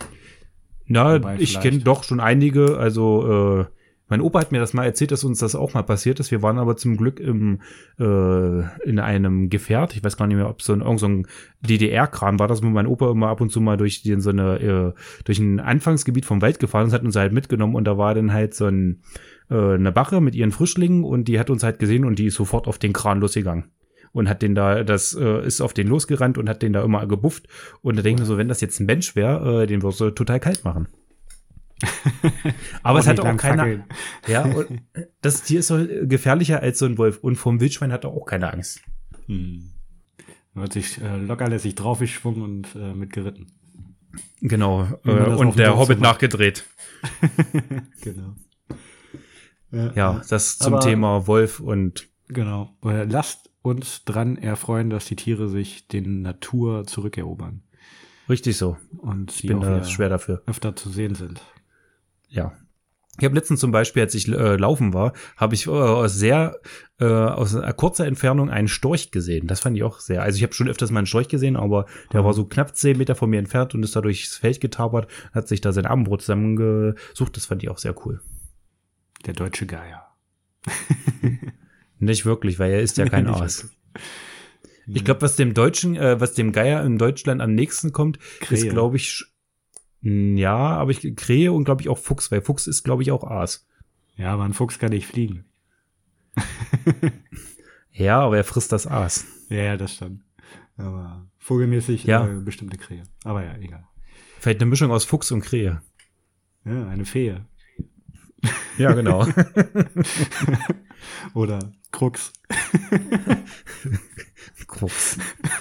Na, Wobei ich kenne doch schon einige, also äh, mein Opa hat mir das mal erzählt, dass uns das auch mal passiert ist. Wir waren aber zum Glück im, äh, in einem Gefährt. Ich weiß gar nicht mehr, ob so ein, irgend so ein D D R-Kran war, dass mein Opa immer ab und zu mal durch die, so eine, äh, durch ein Anfangsgebiet vom Wald gefahren ist, hat uns halt mitgenommen und da war dann halt so ein, äh, eine Bache mit ihren Frischlingen und die hat uns halt gesehen und die ist sofort auf den Kran losgegangen. Und hat den da, das äh, ist auf den losgerannt und hat den da immer gebufft. Und da denke ich mir so, wenn das jetzt ein Mensch wäre, äh, den würdest du total kalt machen. Aber es hat auch keiner. Ja, und das Tier ist so gefährlicher als so ein Wolf. Und vom Wildschwein hat er auch keine Angst. Hm. Man hat sich äh, lockerlässig draufgeschwungen und äh, mitgeritten. Genau. Äh, und der Hobbit so nachgedreht. Genau. Ja, ja, das zum Aber, Thema Wolf und. Genau. Äh, lasst uns dran erfreuen, dass die Tiere sich den Natur zurückerobern. Richtig so. Und ich bin da schwer dafür. Öfter zu sehen sind. Ja. Ich habe letztens zum Beispiel, als ich äh, laufen war, habe ich äh, aus sehr äh, aus einer kurzer Entfernung einen Storch gesehen. Das fand ich auch sehr. Also ich habe schon öfters mal einen Storch gesehen, aber der mhm. war so knapp zehn Meter von mir entfernt und ist da durchs Feld getabert, hat sich da sein Abendbrot zusammengesucht. Das fand ich auch sehr cool. Der deutsche Geier. Nicht wirklich, weil er ist ja kein Aas. Ich glaube, was dem Deutschen, äh, was dem Geier in Deutschland am nächsten kommt, Krähe. Ist, glaube ich, ja, aber ich Krähe und glaube ich auch Fuchs, weil Fuchs ist, glaube ich, auch Aas. Ja, aber ein Fuchs kann nicht fliegen. Ja, aber er frisst das Aas. Ja, ja, das stimmt. Aber vogelmäßig ja. äh, bestimmte Krähe. Aber ja, egal. Vielleicht eine Mischung aus Fuchs und Krähe. Ja, eine Fee. Ja, genau. Oder Krux. Krux.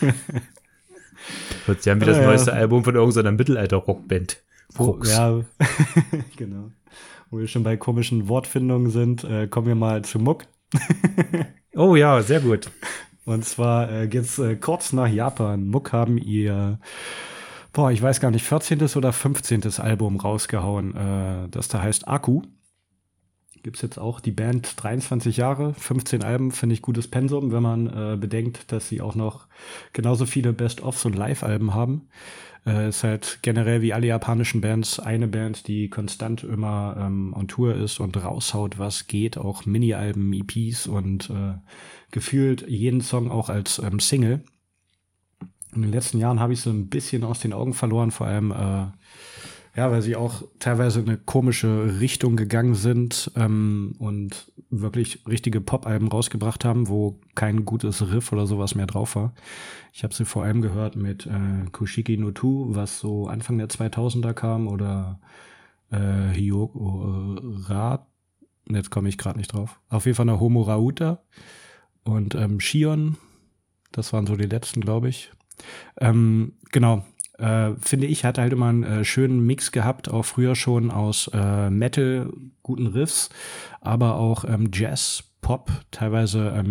Sie haben wieder das ja, neueste ja. Album von irgendeiner Mittelalter-Rockband. Krux. Ja, genau. Wo wir schon bei komischen Wortfindungen sind, äh, kommen wir mal zu Muck. Oh ja, sehr gut. Und zwar äh, geht's äh, kurz nach Japan. Muck haben ihr, boah, ich weiß gar nicht, vierzehntes oder fünfzehntes Album rausgehauen, äh, das da heißt Aku. Gibt's jetzt auch die Band dreiundzwanzig Jahre, fünfzehn Alben, finde ich gutes Pensum, wenn man äh, bedenkt, dass sie auch noch genauso viele Best-ofs und Live-Alben haben. Äh, ist halt generell wie alle japanischen Bands eine Band, die konstant immer ähm, on Tour ist und raushaut, was geht, auch Mini-Alben, E Ps und äh, gefühlt jeden Song auch als ähm, Single. In den letzten Jahren habe ich so ein bisschen aus den Augen verloren, vor allem äh, ja, weil sie auch teilweise in eine komische Richtung gegangen sind ähm, und wirklich richtige Pop-Alben rausgebracht haben, wo kein gutes Riff oder sowas mehr drauf war. Ich habe sie vor allem gehört mit äh, Kushiki no Tu, was so Anfang der zweitausender kam, oder äh, Hyoko Ra, jetzt komme ich gerade nicht drauf. Auf jeden Fall eine Homo Rauta und ähm, Shion, das waren so die letzten, glaube ich. Ähm, genau. Äh, finde ich, hat halt immer einen äh, schönen Mix gehabt, auch früher schon aus äh, Metal, guten Riffs, aber auch ähm, Jazz, Pop, teilweise ähm,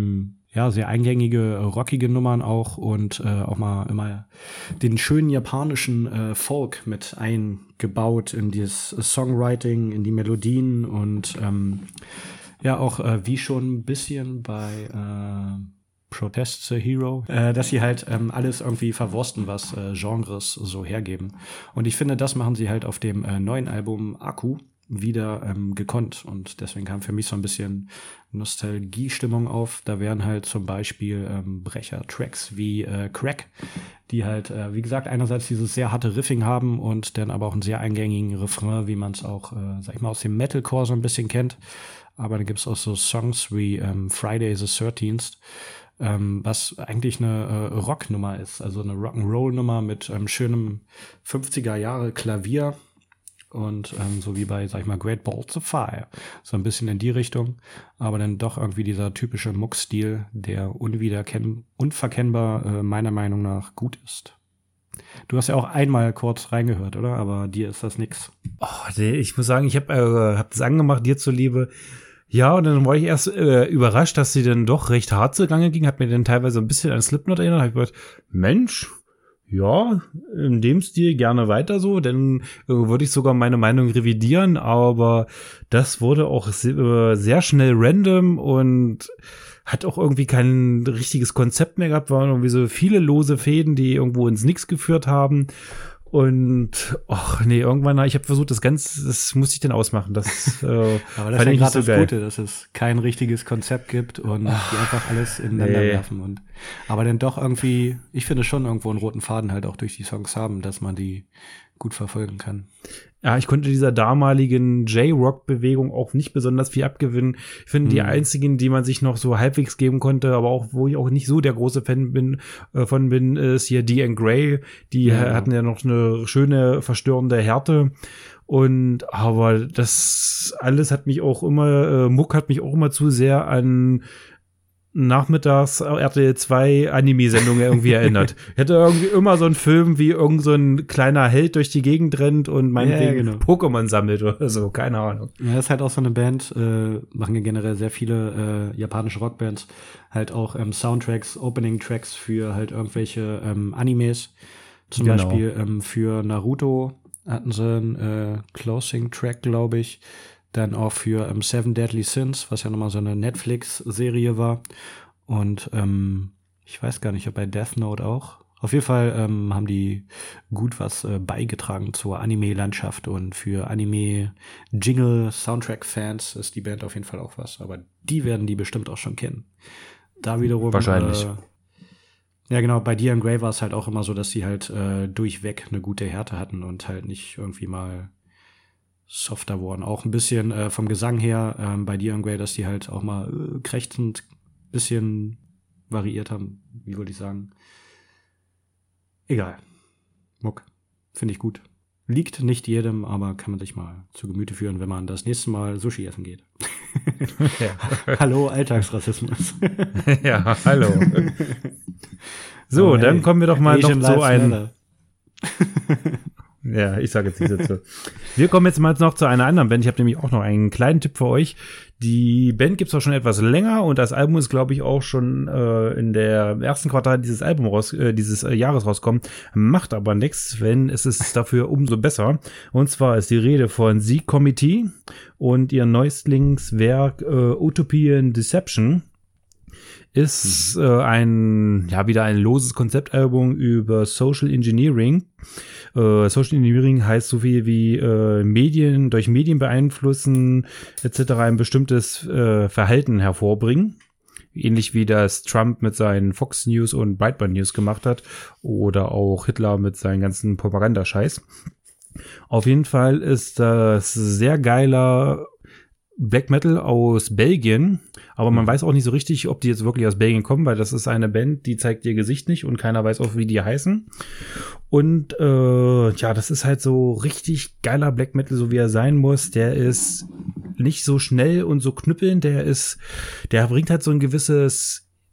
ja, sehr eingängige, rockige Nummern auch und äh, auch mal immer den schönen japanischen äh, Folk mit eingebaut in dieses Songwriting, in die Melodien und ähm, ja, auch äh, wie schon ein bisschen bei äh, Protest the Hero, äh, dass sie halt ähm, alles irgendwie verwursten, was äh, Genres so hergeben. Und ich finde, das machen sie halt auf dem äh, neuen Album Akku wieder ähm, gekonnt. Und deswegen kam für mich so ein bisschen Nostalgie-Stimmung auf. Da wären halt zum Beispiel ähm, Brecher-Tracks wie äh, Crack, die halt, äh, wie gesagt, einerseits dieses sehr harte Riffing haben und dann aber auch einen sehr eingängigen Refrain, wie man es auch, äh, sag ich mal, aus dem Metalcore so ein bisschen kennt. Aber dann gibt's auch so Songs wie ähm, Friday the thirteenth, ähm, was eigentlich eine äh, Rocknummer ist, also eine Rock'n'Roll-Nummer mit ähm, schönem fünfziger Jahre Klavier. Und ähm, so wie bei, sag ich mal, Great Balls of Fire. So ein bisschen in die Richtung. Aber dann doch irgendwie dieser typische Muck-Stil, der unwiederkenn- unverkennbar äh, meiner Meinung nach gut ist. Du hast ja auch einmal kurz reingehört, oder? Aber dir ist das nix. Oh, nee, ich muss sagen, ich habe äh, hab das angemacht, dir zuliebe. Ja, und dann war ich erst äh, überrascht, dass sie dann doch recht hart zugange ging. Hat mir dann teilweise ein bisschen an Slipknot erinnert. Hab ich gedacht, Mensch, ja, in dem Stil gerne weiter so, denn äh, würde ich sogar meine Meinung revidieren, aber das wurde auch se- äh, sehr schnell random und hat auch irgendwie kein richtiges Konzept mehr gehabt, waren irgendwie so viele lose Fäden, die irgendwo ins Nix geführt haben. Und ach nee, irgendwann, ich habe versucht, das Ganze, das muss ich dann ausmachen. Das, äh, aber das ist ja gerade so das geil. Gute, dass es kein richtiges Konzept gibt und ach, die einfach alles ineinander nee. werfen. Und aber dann doch irgendwie, ich finde schon irgendwo einen roten Faden halt auch durch die Songs haben, dass man die gut verfolgen kann. Ja, ich konnte dieser damaligen J-Rock-Bewegung auch nicht besonders viel abgewinnen. Ich finde, mhm. die einzigen, die man sich noch so halbwegs geben konnte, aber auch, wo ich auch nicht so der große Fan bin, äh, von bin, ist hier Dean Gray. Die ja. hatten ja noch eine schöne, verstörende Härte. Und, aber das alles hat mich auch immer, äh, Muck hat mich auch immer zu sehr an nachmittags R T L zwei Anime-Sendungen irgendwie erinnert. Ich hätte irgendwie immer so einen Film, wie irgend so ein kleiner Held durch die Gegend rennt und meinetwegen ja, genau. Pokémon sammelt oder so, keine Ahnung. Ja, das ist halt auch so eine Band, äh, machen ja generell sehr viele äh, japanische Rockbands, halt auch ähm, Soundtracks, Opening-Tracks für halt irgendwelche ähm, Animes. Zum genau. Beispiel ähm, für Naruto hatten sie einen äh, Closing-Track, glaube ich. Dann auch für ähm, Seven Deadly Sins, was ja nochmal so eine Netflix-Serie war. Und ähm, ich weiß gar nicht, ob bei Death Note auch. Auf jeden Fall ähm, haben die gut was äh, beigetragen zur Anime-Landschaft. Und für Anime-Jingle-Soundtrack-Fans ist die Band auf jeden Fall auch was. Aber die werden die bestimmt auch schon kennen. Da wiederum wahrscheinlich. Äh, ja genau, bei Dean Gray war es halt auch immer so, dass sie halt äh, durchweg eine gute Härte hatten und halt nicht irgendwie mal softer wurden. Auch ein bisschen äh, vom Gesang her ähm, bei Dean Gray, dass die halt auch mal äh, krächzend bisschen variiert haben. Wie wollte ich sagen? Egal. Muck. Finde ich gut. Liegt nicht jedem, aber kann man sich mal zu Gemüte führen, wenn man das nächste Mal Sushi essen geht. Ja. Hallo, Alltagsrassismus. Ja, hallo. So, oh, dann hey, kommen wir doch mal Asian noch zu einem... Ja, ich sage jetzt nicht dazu. Wir kommen jetzt mal noch zu einer anderen Band. Ich habe nämlich auch noch einen kleinen Tipp für euch. Die Band gibt's auch schon etwas länger und das Album ist, glaube ich, auch schon äh, in der ersten Quartal dieses Album raus, äh, dieses äh, Jahres rauskommen. Macht aber nichts, wenn es ist dafür umso besser. Und zwar ist die Rede von The Committee und ihr Neuestlingswerk äh, Utopian Deception. Ist mhm. äh, ein, ja, wieder ein loses Konzeptalbum über Social Engineering. Äh, Social Engineering heißt so viel wie äh, Medien, durch Medien beeinflussen, et cetera ein bestimmtes äh, Verhalten hervorbringen. Ähnlich wie das Trump mit seinen Fox News und Breitbart News gemacht hat oder auch Hitler mit seinen ganzen Propagandascheiß. Auf jeden Fall ist das sehr geiler Black Metal aus Belgien, aber man weiß auch nicht so richtig, ob die jetzt wirklich aus Belgien kommen, weil das ist eine Band, die zeigt ihr Gesicht nicht und keiner weiß auch, wie die heißen. Und äh, ja, das ist halt so richtig geiler Black Metal, so wie er sein muss. Der ist nicht so schnell und so knüppelnd, der ist, der bringt halt so ein gewisses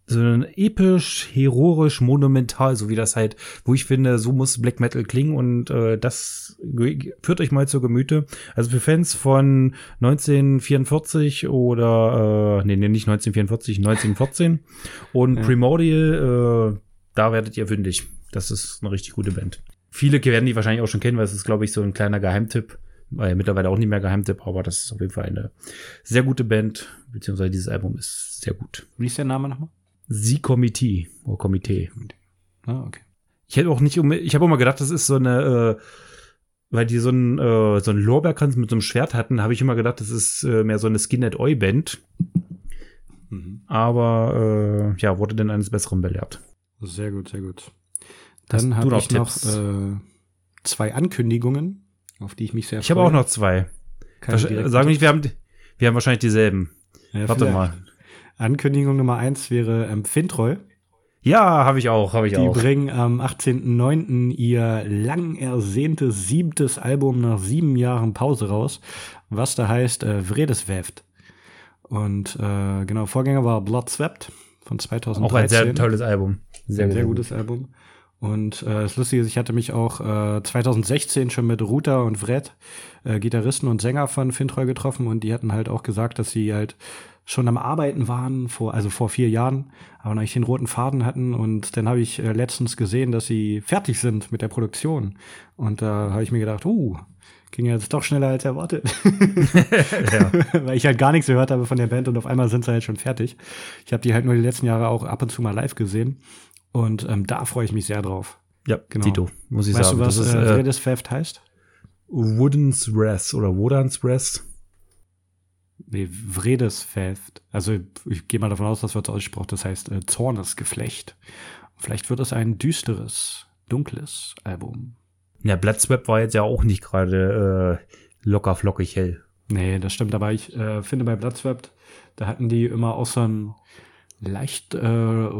so ein episch, heroisch, monumental, so wie das halt, wo ich finde, so muss Black Metal klingen und äh, das führt euch mal zur Gemüte. Also für Fans von neunzehnhundertvierundvierzig oder, äh, nee, nee, nicht neunzehnhundertvierundvierzig, neunzehnhundertvierzehn und ja. Primordial, äh, da werdet ihr fündig. Das ist eine richtig gute Band. Viele werden die wahrscheinlich auch schon kennen, weil es ist, glaube ich, so ein kleiner Geheimtipp. Weil mittlerweile auch nicht mehr Geheimtipp, aber das ist auf jeden Fall eine sehr gute Band, beziehungsweise dieses Album ist sehr gut. Wie ist der Name nochmal? Sie Komitee oder Komitee. Ah, okay. Ich hätte auch nicht, ich habe auch mal gedacht, das ist so eine, äh, weil die so ein äh, so ein Lorbeerkranz mit so einem Schwert hatten, habe ich immer gedacht, das ist äh, mehr so eine Skinhead Oi Band. Mhm. Aber äh, ja, wurde denn eines Besseren belehrt. Sehr gut, sehr gut. Dann habe ich noch äh, zwei Ankündigungen, auf die ich mich sehr freue. Ich habe auch noch zwei. Sagen wir nicht, wir haben, wir haben wahrscheinlich dieselben. Ja, warte mal. Ankündigung Nummer eins wäre ähm, Fintroll. Ja, habe ich auch, habe ich Die auch. Die bringen am achtzehnten neunten ihr lang ersehntes siebtes Album nach sieben Jahren Pause raus, was da heißt äh, Vredesvävt. Und äh, genau, Vorgänger war Blood Swept von zweitausenddreizehn. Auch ein sehr tolles Album. Sehr, ein sehr gutes Album. Und äh, das Lustige ist, ich hatte mich auch äh, zweitausendsechzehn schon mit Ruta und Vred, äh, Gitarristen und Sänger von Fintroll, getroffen, und die hatten halt auch gesagt, dass sie halt schon am Arbeiten waren, vor also vor vier Jahren, aber noch nicht den roten Faden hatten. Und dann habe ich äh, letztens gesehen, dass sie fertig sind mit der Produktion. Und da äh, habe ich mir gedacht, uh, ging jetzt doch schneller als erwartet. Ja. Weil ich halt gar nichts gehört habe von der Band und auf einmal sind sie halt schon fertig. Ich habe die halt nur die letzten Jahre auch ab und zu mal live gesehen. Und ähm, da freue ich mich sehr drauf. Ja, genau. Tito, muss ich weißt sagen. Weißt du, was äh, Vredesvävt heißt? Wooden's Rest oder Wodan's Rest. Nee, Vredesvävt. Also ich gehe mal davon aus, dass wir es aussprechen. Das heißt äh, Zornesgeflecht. Vielleicht wird es ein düsteres, dunkles Album. Ja, Bloodswept war jetzt ja auch nicht gerade äh, locker flockig hell. Nee, das stimmt. Aber ich äh, finde, bei Bloodswept, da hatten die immer auch so einen leicht äh,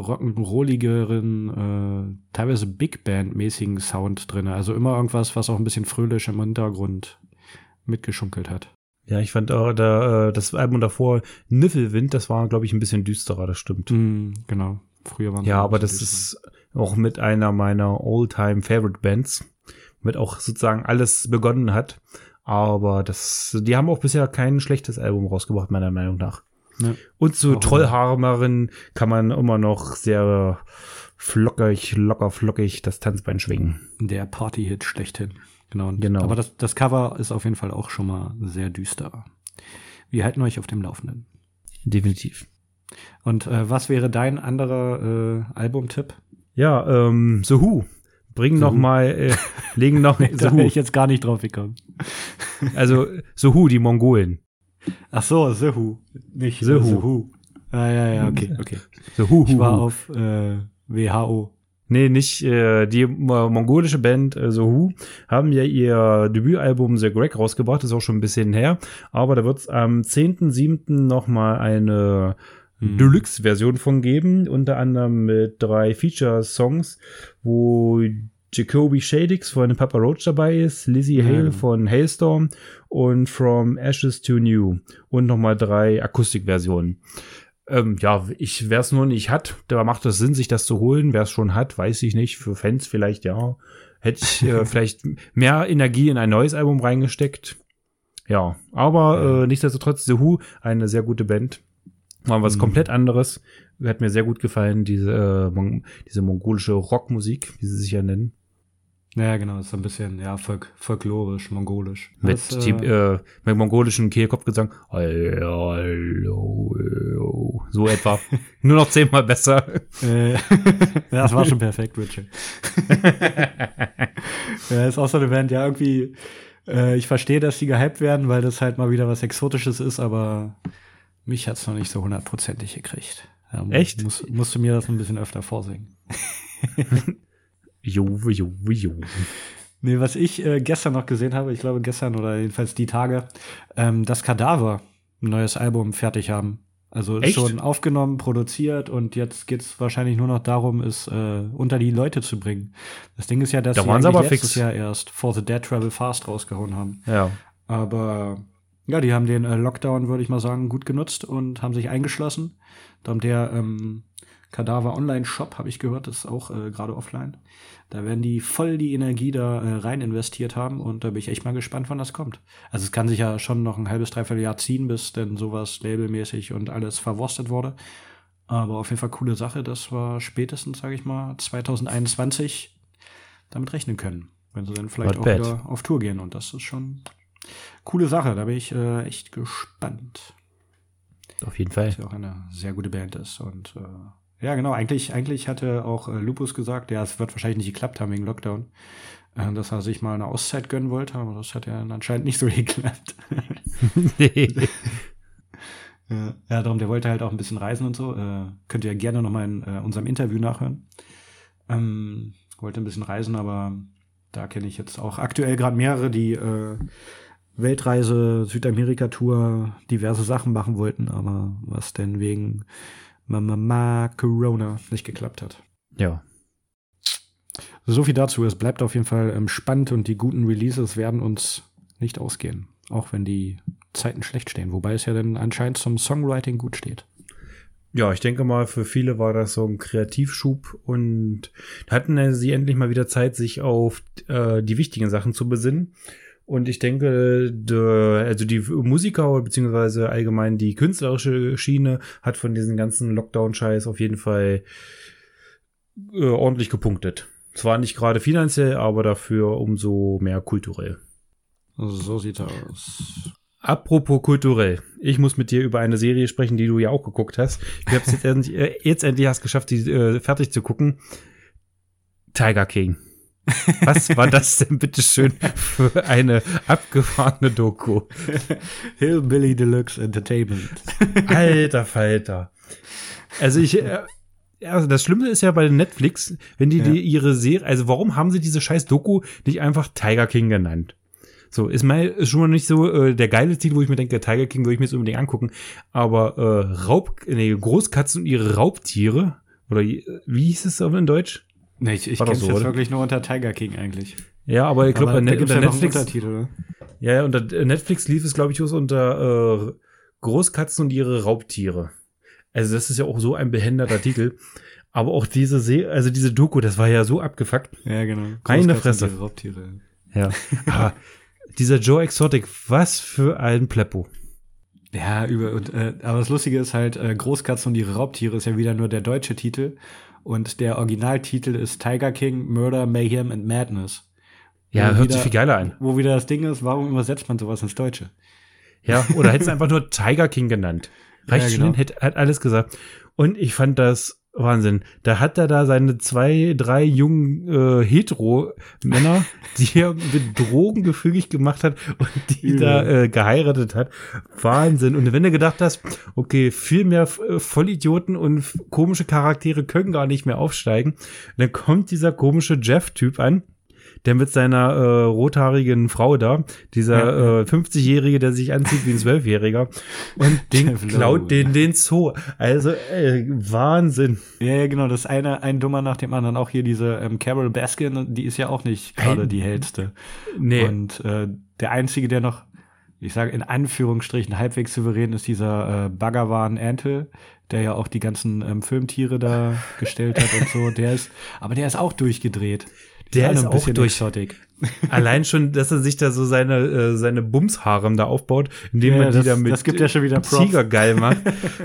rock'n'rolligeren, äh, teilweise Big Band-mäßigen Sound drin. Also immer irgendwas, was auch ein bisschen fröhlich im Hintergrund mitgeschunkelt hat. Ja, ich fand auch da, äh, das Album davor, Niffelwind, das war, glaube ich, ein bisschen düsterer, das stimmt. Mm, genau, früher waren Ja, aber das düster. Ist auch mit einer meiner All-Time-Favorite-Bands, mit auch sozusagen alles begonnen hat. Aber das, die haben auch bisher kein schlechtes Album rausgebracht, meiner Meinung nach. Ja. Und zu Trollhammerin kann man immer noch sehr flockig, locker flockig das Tanzbein schwingen. Der Party-Hit schlechthin. Genau. genau. Aber das, das Cover ist auf jeden Fall auch schon mal sehr düster. Wir halten euch auf dem Laufenden. Definitiv. Und äh, was wäre dein anderer äh, Albumtipp? Ja, ähm, The Who. Bringen noch mal, äh, legen noch nee, da wäre ich jetzt gar nicht drauf gekommen. Also The Who, die Mongolen. Ach so, The Who. Nicht The Who. The Who. Ah, ja, ja, okay, okay. The Who, ich war who. auf äh, W H O. Nee, nicht äh, die äh, mongolische Band äh, The Who haben ja ihr Debütalbum The Greg rausgebracht, ist auch schon ein bisschen her, aber da wird es am zehnten siebten noch mal eine hm. Deluxe-Version von geben, unter anderem mit drei Feature-Songs, wo Jacoby Shadix von Papa Roach dabei ist, Lizzie Hale ja. von Hailstorm und From Ashes to New und nochmal drei Akustikversionen. Ähm, ja, ich, wer es nur nicht hat, da macht es Sinn, sich das zu holen. Wer es schon hat, weiß ich nicht. Für Fans vielleicht ja. Hätte ich äh, vielleicht mehr Energie in ein neues Album reingesteckt. Ja, aber ja. Äh, nichtsdestotrotz The Who, eine sehr gute Band. War was mhm. komplett anderes. Hat mir sehr gut gefallen, diese, äh, Mon- diese mongolische Rockmusik, wie sie sich ja nennen. Ja, genau, ist so ein bisschen, ja, folk- folklorisch, mongolisch. Mit, das, die, äh, äh, mit mongolischen Kehlkopfgesang. So etwa. Nur noch zehnmal besser. Äh, das war schon perfekt, Richard. Ja, ist auch so eine Band, ja, irgendwie, äh, ich verstehe, dass die gehypt werden, weil das halt mal wieder was Exotisches ist, aber mich hat's noch nicht so hundertprozentig gekriegt. Ja, Echt? Muss, musst du mir das ein bisschen öfter vorsingen. Jo, jo, jo. Nee, was ich äh, gestern noch gesehen habe, ich glaube gestern oder jedenfalls die Tage, ähm, dass Kadaver ein neues Album fertig haben. Also Echt? schon aufgenommen, produziert und jetzt geht's wahrscheinlich nur noch darum, es äh, unter die Leute zu bringen. Das Ding ist ja, dass da sie waren sie aber letztes fix. Jahr erst For the Dead Travel Fast rausgehauen haben. Ja. Aber ja, die haben den äh, Lockdown, würde ich mal sagen, gut genutzt und haben sich eingeschlossen. Darum der ähm, Kadaver Online-Shop, habe ich gehört, das ist auch äh, gerade offline. Da werden die voll die Energie da äh, rein investiert haben und da bin ich echt mal gespannt, wann das kommt. Also es kann sich ja schon noch ein halbes, dreiviertel Jahr ziehen, bis denn sowas labelmäßig und alles verwurstet wurde. Aber auf jeden Fall coole Sache, dass wir spätestens, sage ich mal, zwanzig einundzwanzig damit rechnen können. Wenn sie dann vielleicht Not auch bad. wieder auf Tour gehen. Und das ist schon coole Sache. Da bin ich äh, echt gespannt. Auf jeden Fall. Was ja auch eine sehr gute Band ist. Und äh, ja, genau, eigentlich, eigentlich hatte auch äh, Lupus gesagt, ja, es wird wahrscheinlich nicht geklappt haben wegen Lockdown, äh, dass er sich mal eine Auszeit gönnen wollte, aber das hat ja anscheinend nicht so geklappt. Nee. Ja, ja, darum, der wollte halt auch ein bisschen reisen und so. Äh, könnt ihr ja gerne nochmal in äh, unserem Interview nachhören. Ähm, wollte ein bisschen reisen, aber da kenne ich jetzt auch aktuell gerade mehrere, die äh, Weltreise, Südamerika-Tour, diverse Sachen machen wollten, aber was denn wegen Mama Corona nicht geklappt hat. Ja. So viel dazu. Es bleibt auf jeden Fall ähm, spannend und die guten Releases werden uns nicht ausgehen. Auch wenn die Zeiten schlecht stehen. Wobei es ja dann anscheinend zum Songwriting gut steht. Ja, ich denke mal, für viele war das so ein Kreativschub und hatten sie endlich mal wieder Zeit, sich auf äh, die wichtigen Sachen zu besinnen. Und ich denke, de, also die Musiker beziehungsweise allgemein die künstlerische Schiene hat von diesen ganzen Lockdown-Scheiß auf jeden Fall äh, ordentlich gepunktet. Zwar nicht gerade finanziell, aber dafür umso mehr kulturell. So sieht's aus. Apropos kulturell, ich muss mit dir über eine Serie sprechen, die du ja auch geguckt hast. Ich habe es jetzt, endlich, äh, jetzt endlich hast geschafft, die äh, fertig zu gucken. Tiger King. Was war das denn bitteschön für eine abgefahrene Doku? Hillbilly Deluxe Entertainment. Alter Falter. Also ich, äh, also das Schlimme ist ja bei Netflix, wenn die, Ja. die ihre Serie, also warum haben sie diese scheiß Doku nicht einfach Tiger King genannt? So, ist mal ist schon mal nicht so äh, der geile Titel, wo ich mir denke, Tiger King würde ich mir jetzt unbedingt angucken. Aber äh, Raub, nee, Großkatzen und ihre Raubtiere, oder wie hieß es aber in Deutsch? Nee, ich, ich War doch kenn's so, jetzt oder? wirklich nur unter Tiger King eigentlich. Ja, aber ich glaube, Aber bei da Net gibt's unter ja noch einen Netflix. Untertitel, oder? Ja, ja, unter Netflix lief es, glaube ich, unter äh, Großkatzen und ihre Raubtiere. Also das ist ja auch so ein behinderter Titel. Aber auch diese Se also diese Doku, das war ja so abgefuckt. Ja, genau. Meine Großkatzen Fresse. und ihre Raubtiere. Ja. Aber dieser Joe Exotic, was für ein Pleppo. Ja, über, und, äh, aber das Lustige ist halt, äh, Großkatzen und ihre Raubtiere ist ja wieder nur der deutsche Titel. Und der Originaltitel ist Tiger King, Murder, Mayhem and Madness. Ja, Wo hört wieder, sich viel geiler an. Wo wieder das Ding ist, warum übersetzt man sowas ins Deutsche? Ja, oder hätte es einfach nur Tiger King genannt. Reicht Ja, schon, genau. hin, hätte hat alles gesagt. Und ich fand das Wahnsinn. Da hat er da seine zwei, drei jungen äh, Hetero-Männer, die er mit Drogen gefügig gemacht hat und die Übel. da äh, geheiratet hat. Wahnsinn. Und wenn du gedacht hast, okay, viel mehr äh, Vollidioten und f- komische Charaktere können gar nicht mehr aufsteigen, dann kommt dieser komische Jeff-Typ an, der mit seiner äh, rothaarigen Frau da, dieser Ja, ja. äh, fünfzigjährige, der sich anzieht wie ein Zwölfjähriger und den Jeff klaut Lowe. den den Zoo. Also äh, Wahnsinn. Ja, ja, genau, das eine, ein Dummer nach dem anderen. Auch hier diese ähm, Carol Baskin, die ist ja auch nicht gerade Ein- die hellste. Nee. Und äh, der Einzige, der noch, ich sage in Anführungsstrichen, halbwegs souverän ist, dieser äh, Bhagavan Antle, der ja auch die ganzen ähm, Filmtiere da gestellt hat und so. Der ist, aber der ist auch durchgedreht. Die Der alle ist ein auch bisschen durch- Exotik. Allein schon, dass er sich da so seine äh, seine Bumsharem da aufbaut, indem Ja, man die das- da mit das gibt ja schon wieder Props. Tiger geil macht.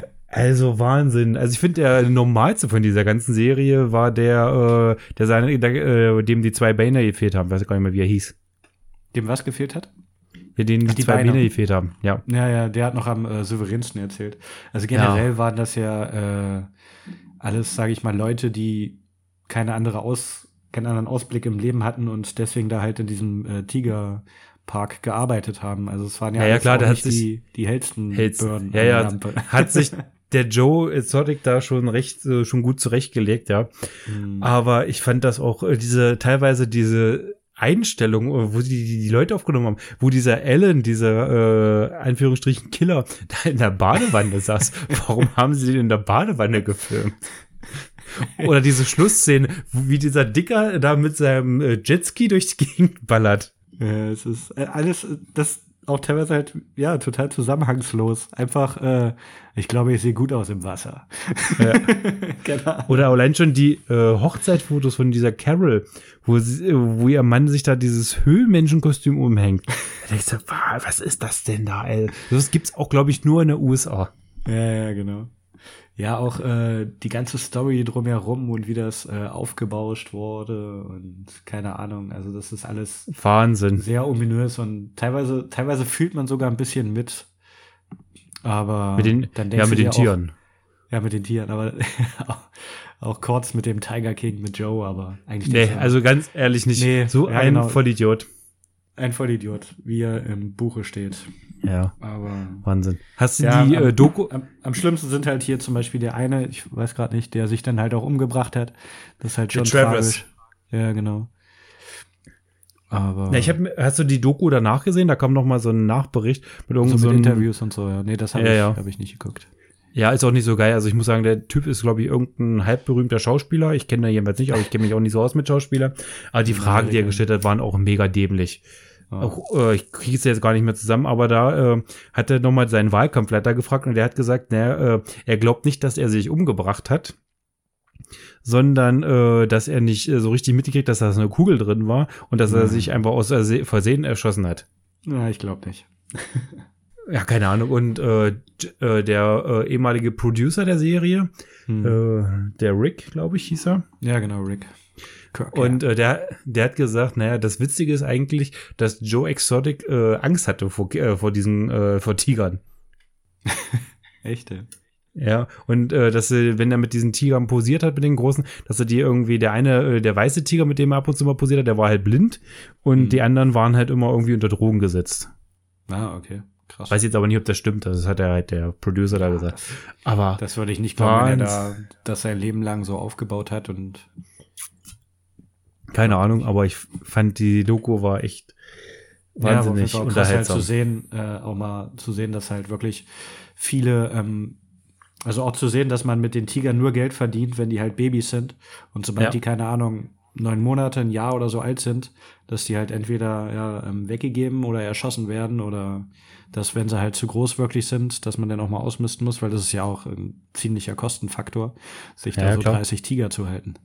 Also Wahnsinn. Also ich finde, der normalste von dieser ganzen Serie war der, äh, der seine, der, äh, dem die zwei Beine gefehlt haben. Weiß ich gar nicht mehr, wie er hieß. Dem was gefehlt hat? Ja, denen die, die zwei Beine. Beine gefehlt haben. Ja. Ja, ja, der hat noch am äh, souveränsten erzählt. Also generell waren das ja äh, alles, sage ich mal, Leute, die keine andere Aus, keinen anderen Ausblick im Leben hatten und deswegen da halt in diesem äh, Tigerpark gearbeitet haben. Also es waren ja, Ja, ja, alles klar, auch der hat nicht sich- die, die hellsten Hältst, Birnen ja, an der ja, Lampe. hat sich der Joe Exotic da schon recht, äh, schon gut zurechtgelegt, ja. Hm. Aber ich fand das auch, äh, diese, teilweise diese Einstellung, äh, wo die, die, die Leute aufgenommen haben, wo dieser Alan, dieser, äh, Anführungsstrichen Killer, da in der Badewanne saß. Warum haben sie den in der Badewanne gefilmt? Oder diese Schlussszene, wo- wie dieser Dicker da mit seinem äh, Jetski durch die Gegend ballert. Ja, es ist äh, alles, äh, das auch teilweise halt, ja, total zusammenhangslos. Einfach, äh, ich glaube, ich sehe gut aus im Wasser. Ja. Genau. Oder allein schon die äh, Hochzeitfotos von dieser Carol, wo, sie, wo ihr Mann sich da dieses Höhlenmenschenkostüm umhängt. Da denkst du, was ist das denn da, ey? Das gibt's auch, glaube ich, nur in den U S A. Ja, ja, genau. Ja, auch äh, die ganze Story drumherum und wie das äh, aufgebauscht wurde und keine Ahnung, also das ist alles Wahnsinn. sehr ominös und teilweise, teilweise fühlt man sogar ein bisschen mit, aber Mit den, dann ja, denkst mit du den dir Tieren. Auch, ja, mit den Tieren, aber auch, auch kurz mit dem Tiger King, mit Joe, aber eigentlich Nee, nicht so. also ganz ehrlich nicht. Nee, so ja, ein genau. Vollidiot. Ein Vollidiot, wie er im Buche steht. Ja, aber Wahnsinn. Hast du ja, die am, äh, Doku? Am, am schlimmsten sind halt hier zum Beispiel der eine, ich weiß gerade nicht, der sich dann halt auch umgebracht hat. Das ist halt schon tragisch. Ja, genau. Aber Ja, ich hab, hast du die Doku danach gesehen? Da kam noch mal so ein Nachbericht mit irgend so so mit einem, Interviews und so. Ja, nee, das habe ja, ich, ja. hab ich nicht geguckt. Ja, ist auch nicht so geil. Also ich muss sagen, der Typ ist, glaube ich, irgendein halbberühmter Schauspieler. Ich kenne ihn jedenfalls nicht, aber ich kenne mich auch nicht so aus mit Schauspielern. Aber die In Fragen, die er Amerika. gestellt hat, waren auch mega dämlich. Ja. Auch, äh, ich kriege es jetzt gar nicht mehr zusammen, aber da äh, hat er nochmal seinen Wahlkampfleiter gefragt und der hat gesagt, naja, äh, er glaubt nicht, dass er sich umgebracht hat, sondern äh, dass er nicht äh, so richtig mitgekriegt, dass da so eine Kugel drin war und dass er Mhm. sich einfach aus Erse- Versehen erschossen hat. Ja, ich glaube nicht. Ja, keine Ahnung. Und äh, j- äh, der äh, ehemalige Producer der Serie, Hm. äh, der Rick, glaube ich, hieß er. Ja, genau, Rick. Kirk, Und ja. äh, der, der hat gesagt, naja, das Witzige ist eigentlich, dass Joe Exotic äh, Angst hatte vor, äh, vor diesen, äh, vor Tigern. Echt, ja. Ja, und äh, dass er, wenn er mit diesen Tigern posiert hat, mit den großen, dass er die irgendwie, der eine, äh, der weiße Tiger, mit dem er ab und zu mal posiert hat, der war halt blind und Mhm. die anderen waren halt immer irgendwie unter Drogen gesetzt. Ah, okay. Krass. Weiß jetzt aber nicht, ob das stimmt, das hat er halt der Producer da gesagt. Aber Das würde ich nicht glauben, wenn er da Wahnsinn. das sein Leben lang so aufgebaut hat und keine Ahnung, aber ich fand die Doku war echt wahnsinnig ja, aber auf jeden Fall krass halt unterhaltsam. zu sehen, äh, auch mal zu sehen, dass halt wirklich viele, ähm, also auch zu sehen, dass man mit den Tigern nur Geld verdient, wenn die halt Babys sind und sobald Ja. die, keine Ahnung, neun Monate, ein Jahr oder so alt sind, dass die halt entweder ja, ähm, weggegeben oder erschossen werden oder dass, wenn sie halt zu groß wirklich sind, dass man dann auch mal ausmisten muss, weil das ist ja auch ein ziemlicher Kostenfaktor, sich Ja, da so klar. dreißig Tiger zu halten.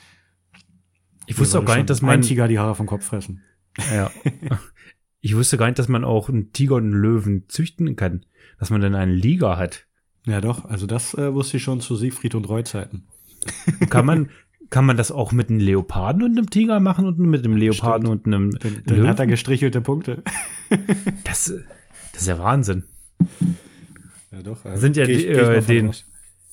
Ich wusste auch gar nicht, dass man ein Tiger die Haare vom Kopf fressen. ja. Ich wusste gar nicht, dass man auch einen Tiger und einen Löwen züchten kann, dass man dann einen Liger hat. Ja, doch, also das äh, wusste ich schon zu Siegfried und Roy Zeiten. Kann man kann man das auch mit einem Leoparden und einem Tiger machen und mit einem Leoparden Stimmt. und einem Dann, dann Löwen? hat er gestrichelte Punkte. Das, das ist ja Wahnsinn. Ja, doch. Sind ja geh ich- die, geh ich mal äh, von den- aus.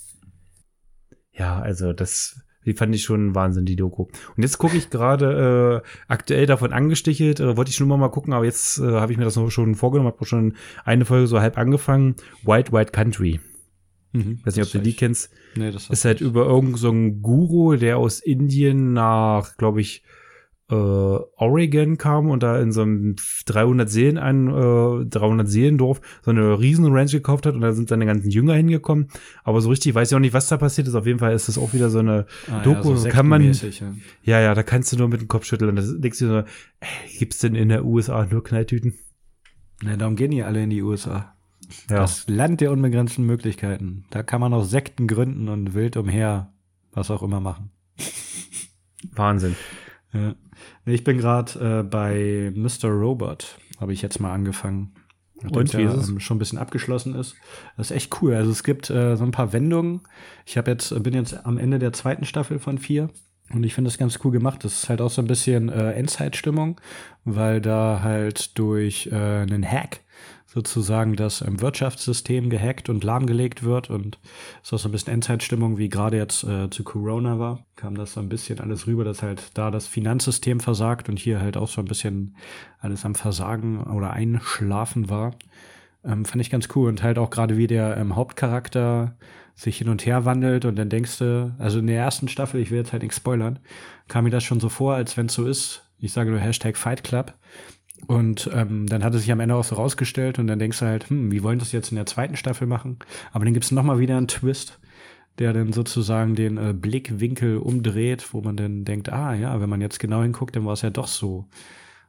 Ja, also das, die fand ich schon Wahnsinn, die Doku. Und jetzt gucke ich gerade äh, aktuell davon angestichelt, äh, wollte ich schon immer mal gucken, aber jetzt äh, habe ich mir das noch schon vorgenommen, habe schon eine Folge so halb angefangen. Wild Wild Country. Mhm, Weiß nicht, ob du die kennst. Nee, das Ist halt über irgend so einen Guru, der aus Indien nach, glaube ich, äh, Oregon kam und da in so einem dreihundert Seelen ein, äh, dreihundert Seelendorf so eine riesen Ranch gekauft hat und da sind seine ganzen Jünger hingekommen. Aber so richtig weiß ich auch nicht, was da passiert ist. Auf jeden Fall ist das auch wieder so eine ah, Doku. ja, so kann man, sektenmäßig, ja. ja, ja, da kannst du nur mit dem Kopf schütteln. Und da denkst du so, ey, gibt's denn in der U S A nur Knalltüten? Ja, darum gehen die alle in die U S A. Ja. Das Land der unbegrenzten Möglichkeiten. Da kann man auch Sekten gründen und wild umher was auch immer machen. Wahnsinn. Ja. Nee, ich bin gerade äh, bei Mister Robot, habe ich jetzt mal angefangen. Nachdem Und es wie ja, ist es? ähm, schon ein bisschen abgeschlossen ist. Das ist echt cool. Also es gibt äh, so ein paar Wendungen. Ich habe jetzt bin jetzt am Ende der zweiten Staffel von vier und ich finde das ganz cool gemacht. Das ist halt auch so ein bisschen äh, Endzeitstimmung, weil da halt durch äh, einen Hack sozusagen das ähm, Wirtschaftssystem gehackt und lahmgelegt wird und ist auch so ein bisschen Endzeitstimmung, wie gerade jetzt äh, zu Corona war, kam das so ein bisschen alles rüber, dass halt da das Finanzsystem versagt und hier halt auch so ein bisschen alles am Versagen oder Einschlafen war. Ähm, fand ich ganz cool und halt auch gerade wie der ähm, Hauptcharakter sich hin und her wandelt und dann denkst du, also in der ersten Staffel, ich will jetzt halt nichts spoilern, kam mir das schon so vor, als wenn es so ist, ich sage nur Hashtag Fight Club. Und ähm, dann hat es sich am Ende auch so rausgestellt und dann denkst du halt, hm, wie wollen das jetzt in der zweiten Staffel machen? Aber dann gibt's noch mal wieder einen Twist, der dann sozusagen den äh, Blickwinkel umdreht, wo man dann denkt, ah ja, wenn man jetzt genau hinguckt, dann war es ja doch so.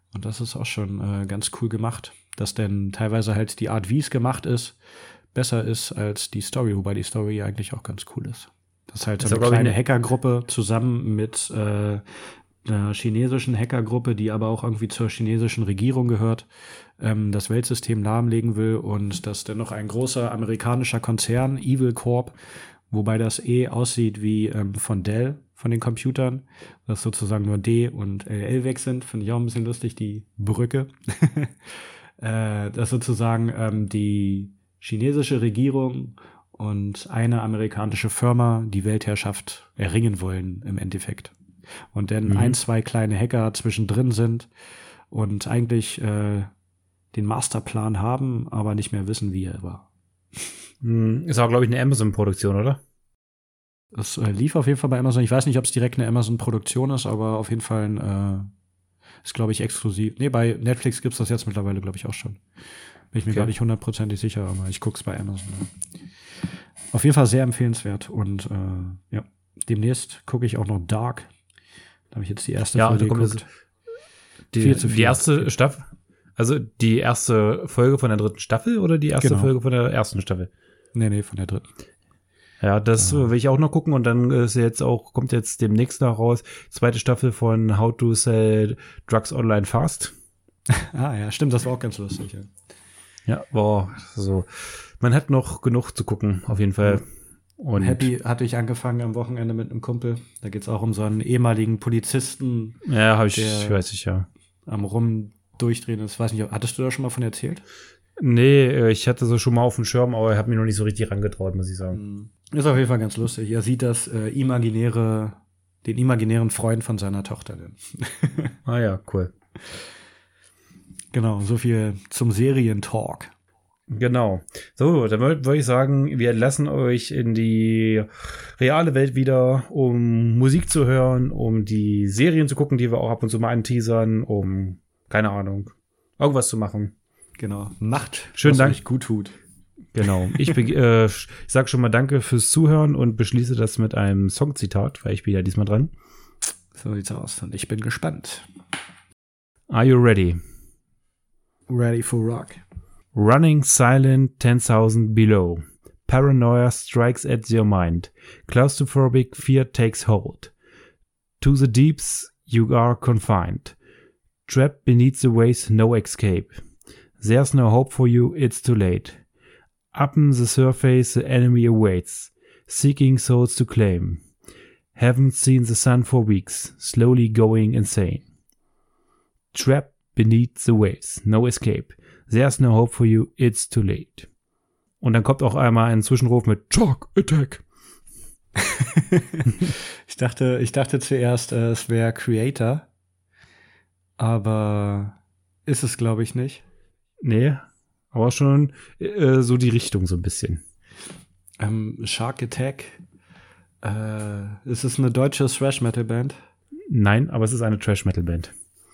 Und das ist auch schon äh, ganz cool gemacht, dass denn teilweise halt die Art, wie es gemacht ist, besser ist als die Story, wobei die Story eigentlich auch ganz cool ist. Das ist halt so Ist eine auch, glaub ich, kleine ne- Hackergruppe zusammen mit äh, einer chinesischen Hackergruppe, die aber auch irgendwie zur chinesischen Regierung gehört, ähm, das Weltsystem lahmlegen will und dass dann noch ein großer amerikanischer Konzern, Evil Corp, wobei das eh aussieht wie ähm, von Dell, von den Computern, dass sozusagen nur D und L L weg sind, finde ich auch ein bisschen lustig, die Brücke. äh, dass sozusagen ähm, die chinesische Regierung und eine amerikanische Firma die Weltherrschaft erringen wollen im Endeffekt. Und dann Mhm. ein, zwei kleine Hacker zwischendrin sind und eigentlich äh, den Masterplan haben, aber nicht mehr wissen, wie er war. Hm, Ist auch, glaube ich, eine Amazon-Produktion, oder? Es äh, lief auf jeden Fall bei Amazon. Ich weiß nicht, ob es direkt eine Amazon-Produktion ist, aber auf jeden Fall ein, äh, ist, glaube ich, exklusiv. Nee, bei Netflix gibt es das jetzt mittlerweile, glaube ich, auch schon. Bin ich mir Okay. gar nicht hundertprozentig sicher, aber ich gucke es bei Amazon. Ja. Auf jeden Fall sehr empfehlenswert. Und äh, ja, demnächst gucke ich auch noch Dark. Da habe ich jetzt die erste Ja, Folge da kommt geguckt. jetzt die, Viel zu die viel. erste Staffel, also die erste Folge von der dritten Staffel oder die erste Genau. Folge von der ersten Staffel? Nee, nee, von der dritten. Ja, das Ja. äh, will ich auch noch gucken und dann ist jetzt auch, kommt jetzt demnächst noch raus, zweite Staffel von How to Sell Drugs Online Fast. Ah, ja, stimmt, das war auch ganz lustig. Ja. Ja, boah, so. Man hat noch genug zu gucken, auf jeden Fall. Und Happy hatte ich angefangen am Wochenende mit einem Kumpel. Da geht es auch um so einen ehemaligen Polizisten ja, habe ich, der- ich weiß nicht, ja. am Rumdurchdrehen. Das weiß nicht, hattest du da schon mal von erzählt? Nee, äh, ich hatte so schon mal auf dem Schirm, aber ich habe mich noch nicht so richtig rangetraut, muss ich sagen. Ist auf jeden Fall ganz lustig. Er sieht das äh, imaginäre, den imaginären Freund von seiner Tochter. Denn. Ah ja, cool. Genau, so viel zum Serientalk. Genau. So, dann würde würd ich sagen, wir lassen euch in die reale Welt wieder, um Musik zu hören, um die Serien zu gucken, die wir auch ab und zu mal anteasern, um, keine Ahnung, irgendwas zu machen. Genau. Macht, Schönen was Dank. euch gut tut. Genau. Ich, be- äh, ich sag schon mal Danke fürs Zuhören und beschließe das mit einem Songzitat, weil ich bin ja diesmal dran. So sieht's aus. Und ich bin gespannt. Are you ready? Ready for rock. Running silent ten thousand below. Paranoia strikes at your mind. Claustrophobic fear takes hold. To the deeps you are confined. Trapped beneath the waves, no escape. There's no hope for you, it's too late. Up on the surface the enemy awaits, seeking souls to claim. Haven't seen the sun for weeks, slowly going insane. Trapped beneath the waves, no escape. There's no hope for you, it's too late. Und dann kommt auch einmal ein Zwischenruf mit Shock Attack. ich dachte, ich dachte zuerst, äh, es wäre Creator, aber ist es, glaube ich, nicht. Nee, aber schon äh, so die Richtung so ein bisschen. Ähm, Shark Attack. Äh, ist es eine deutsche Thrash-Metal-Band? Nein, aber es ist eine Trash-Metal-Band.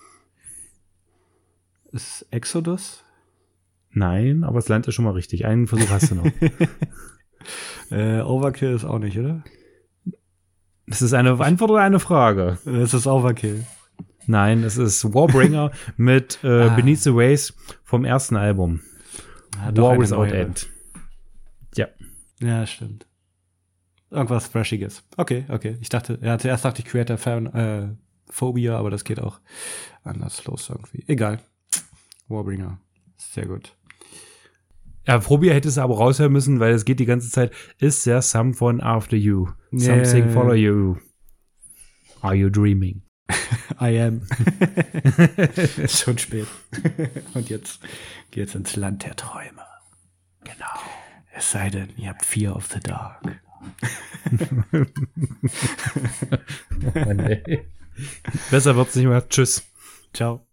Ist Exodus? Nein, aber es landet schon mal richtig. Einen Versuch hast du noch. äh, Overkill ist auch nicht, oder? Das ist eine Antwort oder eine Frage? Es ist Overkill. Nein, es ist Warbringer mit äh, Ah. Beneath the Waves vom ersten Album. Ah, doch War eine Without neue. End. Ja. Ja, stimmt. Irgendwas Thrashiges. Okay, okay. Ich dachte, ja, zuerst dachte ich Creator Fan, äh, Phobia, aber das geht auch anders los irgendwie. Egal. Warbringer. Sehr gut. Ja, Phobia hättest du aber raushören müssen, weil es geht die ganze Zeit. Is there someone after you? Yeah. Something follow you? Are you dreaming? I am. Ist schon spät. Und jetzt geht's ins Land der Träume. Genau. Es sei denn, ihr habt Fear of the Dark. Oh, nee. Besser wird's nicht mehr. Tschüss. Ciao.